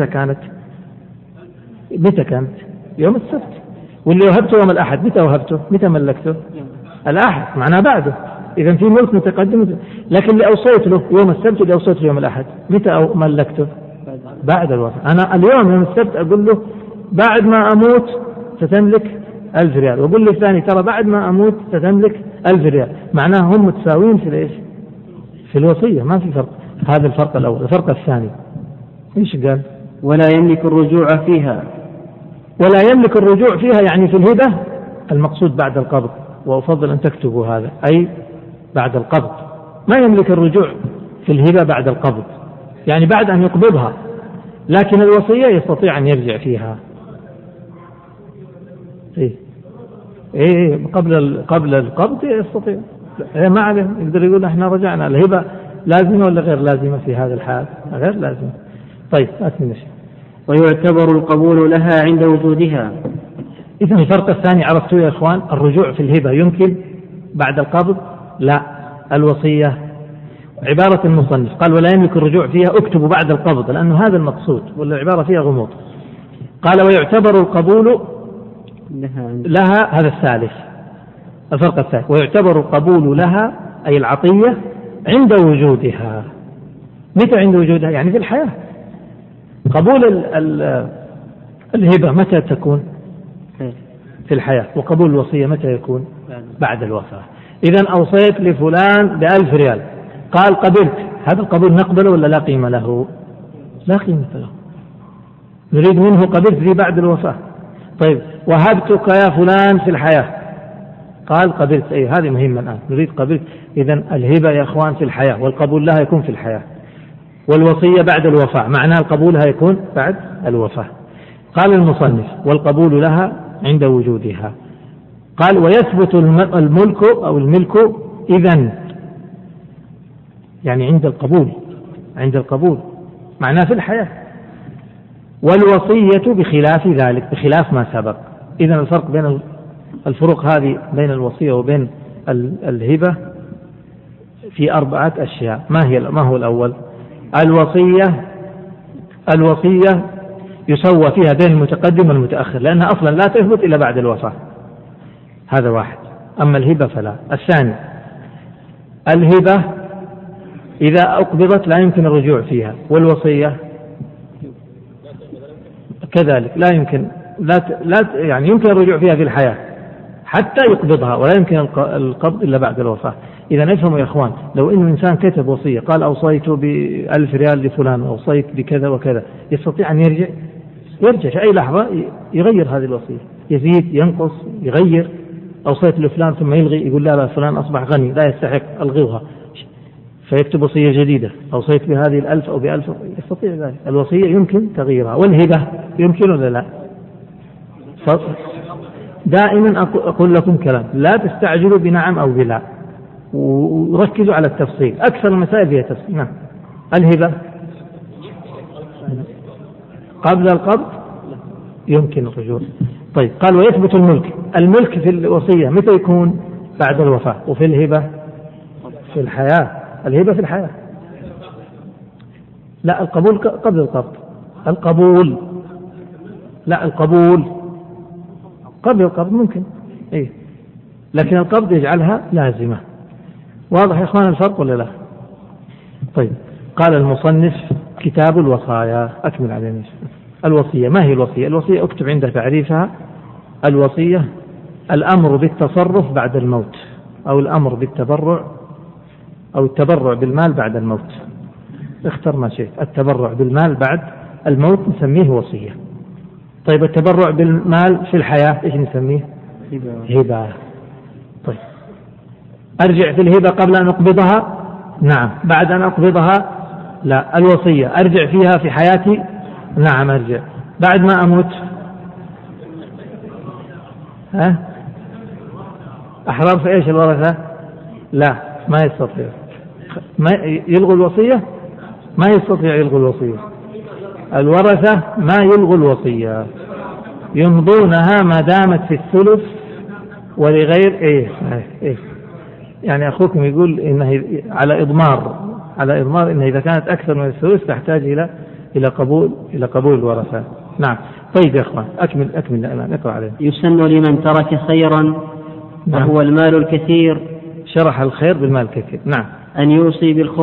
متى كانت؟ يوم السبت. واللي وهبته يوم الأحد متى وهبته؟ متى ملكته؟ الأحد، معناه بعده. إذن في ملك متقدم. لكن اللي أوصيت له يوم السبت اللي أوصيت له يوم الأحد متى ملكته؟ بعد الوفاة. أنا اليوم يوم السبت أقول له بعد ما أموت ستملك 1000 ريال، وأقول له الثاني ترى بعد ما أموت ستملك 1000 ريال، معناه هم متساويين في الإيش؟ في الوصية، ما في فرق. هذا الفرق الأول. الفرق الثاني إيش قال؟ ولا يملك الرجوع فيها. ولا يملك الرجوع فيها يعني في الهبة المقصود بعد القبض، وأفضل أن تكتبوا هذا، أي بعد القبض. ما يملك الرجوع في الهبة بعد القبض، يعني بعد أن يقبضها، لكن الوصية يستطيع أن يرجع فيها. إيه قبل القبض يستطيع، ما عليه، يقدر يقول احنا رجعنا. الهبة لازمة ولا غير لازمة في هذا الحال؟ غير لازمة. طيب أكمل. ويعتبر القبول لها عند وجودها. إذن الفرق الثاني عرفتوا يا إخوان؟ الرجوع في الهبة يمكن بعد القبض، لا. الوصية عبارة المصنف قال ولا يملك الرجوع فيها، اكتبوا بعد القبض لأنه هذا المقصود، ولا العبارة فيها غموض. قال ويعتبر القبول لها، هذا الثالث. الفرق الثالث ويعتبر القبول لها أي العطية عند وجودها. متى عند وجودها؟ يعني في الحياة. قبول الهبة متى تكون؟ في الحياة. وقبول الوصية متى يكون؟ بعد الوفاة. إذن أوصيت لفلان ب1000 ريال، قال قبلت، هذا القبول نقبله ولا لا قيمة له؟ لا قيمة له، نريد منه قبلت ذي بعد الوفاة. طيب وهبتك يا فلان في الحياة، قال قبلت، أي هذه مهمة الآن، نريد قبلت. إذن الهبة يا إخوان في الحياة، والقبول لها يكون في الحياة، والوصية بعد الوفاة، معناه القبول يكون بعد الوفاة. قال المصنف والقبول لها عند وجودها. قال ويثبت الملك أو الملك إذن، يعني عند القبول، عند القبول معناه في الحياة. والوصية بخلاف ذلك، بخلاف ما سبق. إذن الفرق بين الفروق هذه بين الوصية وبين الهبة في 4 أشياء. ما هو الأول؟ الوصية يسوى فيها بين المتقدم والمتأخر، لأنها أصلا لا تثبت إلا بعد الوفاة، هذا واحد. أما الهبة فلا. الثاني الهبة إذا أقبضت لا يمكن الرجوع فيها، والوصية كذلك لا يمكن، يعني يمكن الرجوع فيها في الحياة حتى يقبضها، ولا يمكن القبض إلا بعد الوفاة. إذا نفهم يا إخوان، لو إن إنسان كتب وصية قال أوصيت ب1000 ريال لفلان، أوصيت بكذا وكذا، يستطيع أن يرجع في أي لحظة يغير هذه الوصية، يزيد ينقص يغير. أوصيت لفلان ثم يلغي، يقول لا فلان أصبح غني لا يستحق ألغيها، فيكتب وصية جديدة، أوصيت بهذه 1000 أو ب1000، يستطيع ذلك. الوصية يمكن تغييرها. والهبة يمكن ولا لا؟ دائما أقول لكم كلام، لا تستعجلوا بنعم أو بلا، وركزوا على التفصيل. أكثر المسائل فيها تفصيل. نعم. الهبة قبل القبض يمكن الرجوع. طيب قال ويثبت الملك في الوصية متى يكون؟ بعد الوفاة. وفي الهبة في الحياة. الهبة في الحياة، لا القبول قبل القبض. القبول قبل القبض ممكن، إيه، لكن القبض يجعلها لازمة. واضح يا إخوان الفرق ولا لا؟ طيب قال المصنف كتاب الوصايا. أكمل علينا. الوصية ما هي الوصية؟ الوصية اكتب عند تعريفها. الوصية الأمر بالتصرف بعد الموت، أو الأمر بالتبرع، أو التبرع بالمال بعد الموت، اختر ما شئت. التبرع بالمال بعد الموت نسميه وصية. طيب التبرع بالمال في الحياة ايش نسميه؟ هبة. طيب أرجع في الهبة قبل أن أقبضها؟ نعم. بعد أن أقبضها؟ لا. الوصية أرجع فيها في حياتي؟ نعم أرجع. بعد ما أموت؟ أحرار في إيش الورثة؟ لا ما يستطيع، ما يلغوا الوصية، ما يستطيع يلغوا الوصية. الورثة ما يلغوا الوصية، يمضونها ما دامت في الثلث ولغير إيه. يعني أخوكم يقول إنه على إضمار إنه إذا كانت أكثر من الثلث تحتاج إلى قبول الورثة. نعم. طيب يا أخوان أكمل نقرأ عليه. يسن لمن ترك خيرا وهو المال الكثير، شرح الخير بالمال الكثير. نعم. أن يوصي بالخمس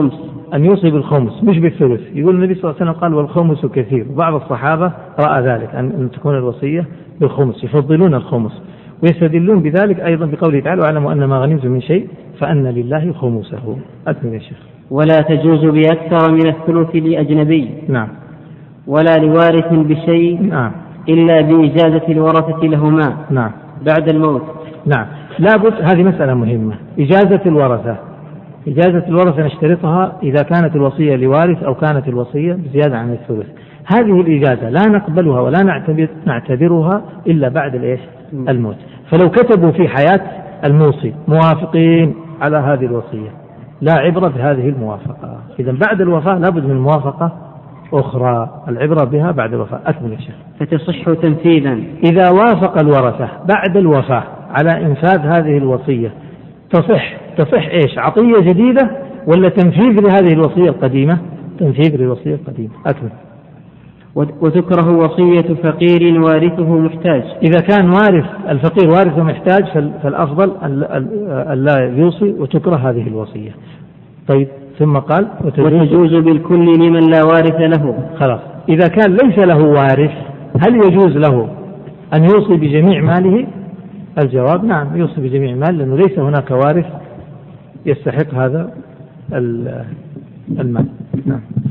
أن يوصي بالخمس مش بالثلث. يقول النبي صلى الله عليه وسلم قال والخمس كثير، وبعض الصحابة رأى ذلك أن تكون الوصية بالخمس، يفضلون الخمس، ويستدلون بذلك أيضا بقوله تعالى واعلموا أن ما غنمتم من شيء فأن لله خمسه. أكمل يا شيخ. ولا تجوز بأكثر من الثلث لأجنبي. نعم. ولا لوارث بشيء. نعم. إلا بإجازة الورثة لهما. نعم. بعد الموت. نعم. لابد، هذه مسألة مهمة، إجازة الورثة. إجازة الورثة نشترطها إذا كانت الوصية لوارث أو كانت الوصية بزيادة عن الثلث. هذه الإجازة لا نقبلها ولا نعتبرها إلا بعد الموت. فلو كتبوا في حياة الموصي موافقين على هذه الوصية لا عبرة بهذه الموافقة. إذا بعد الوفاة لابد من موافقة أخرى، العبرة بها بعد الوفاة. أكمل يا شيخ. فتصح تنفيذا. إذا وافق الورثة بعد الوفاة على إنفاذ هذه الوصية تصح إيش؟ عطية جديدة ولا تنفيذ لهذه الوصية القديمة؟ تنفيذ للوصية القديمة. أكمل. وتكره وصية فقير وارثه محتاج. إذا كان الفقير وارثه محتاج فالأفضل أن لا يوصي، وتكره هذه الوصية. طيب، ثم قال وتجوز بالكل لمن لا وارث له. خلاص، إذا كان ليس له وارث هل يجوز له أن يوصي بجميع ماله؟ الجواب نعم، يوصي بجميع المال، لأنه ليس هناك وارث يستحق هذا المال. نعم.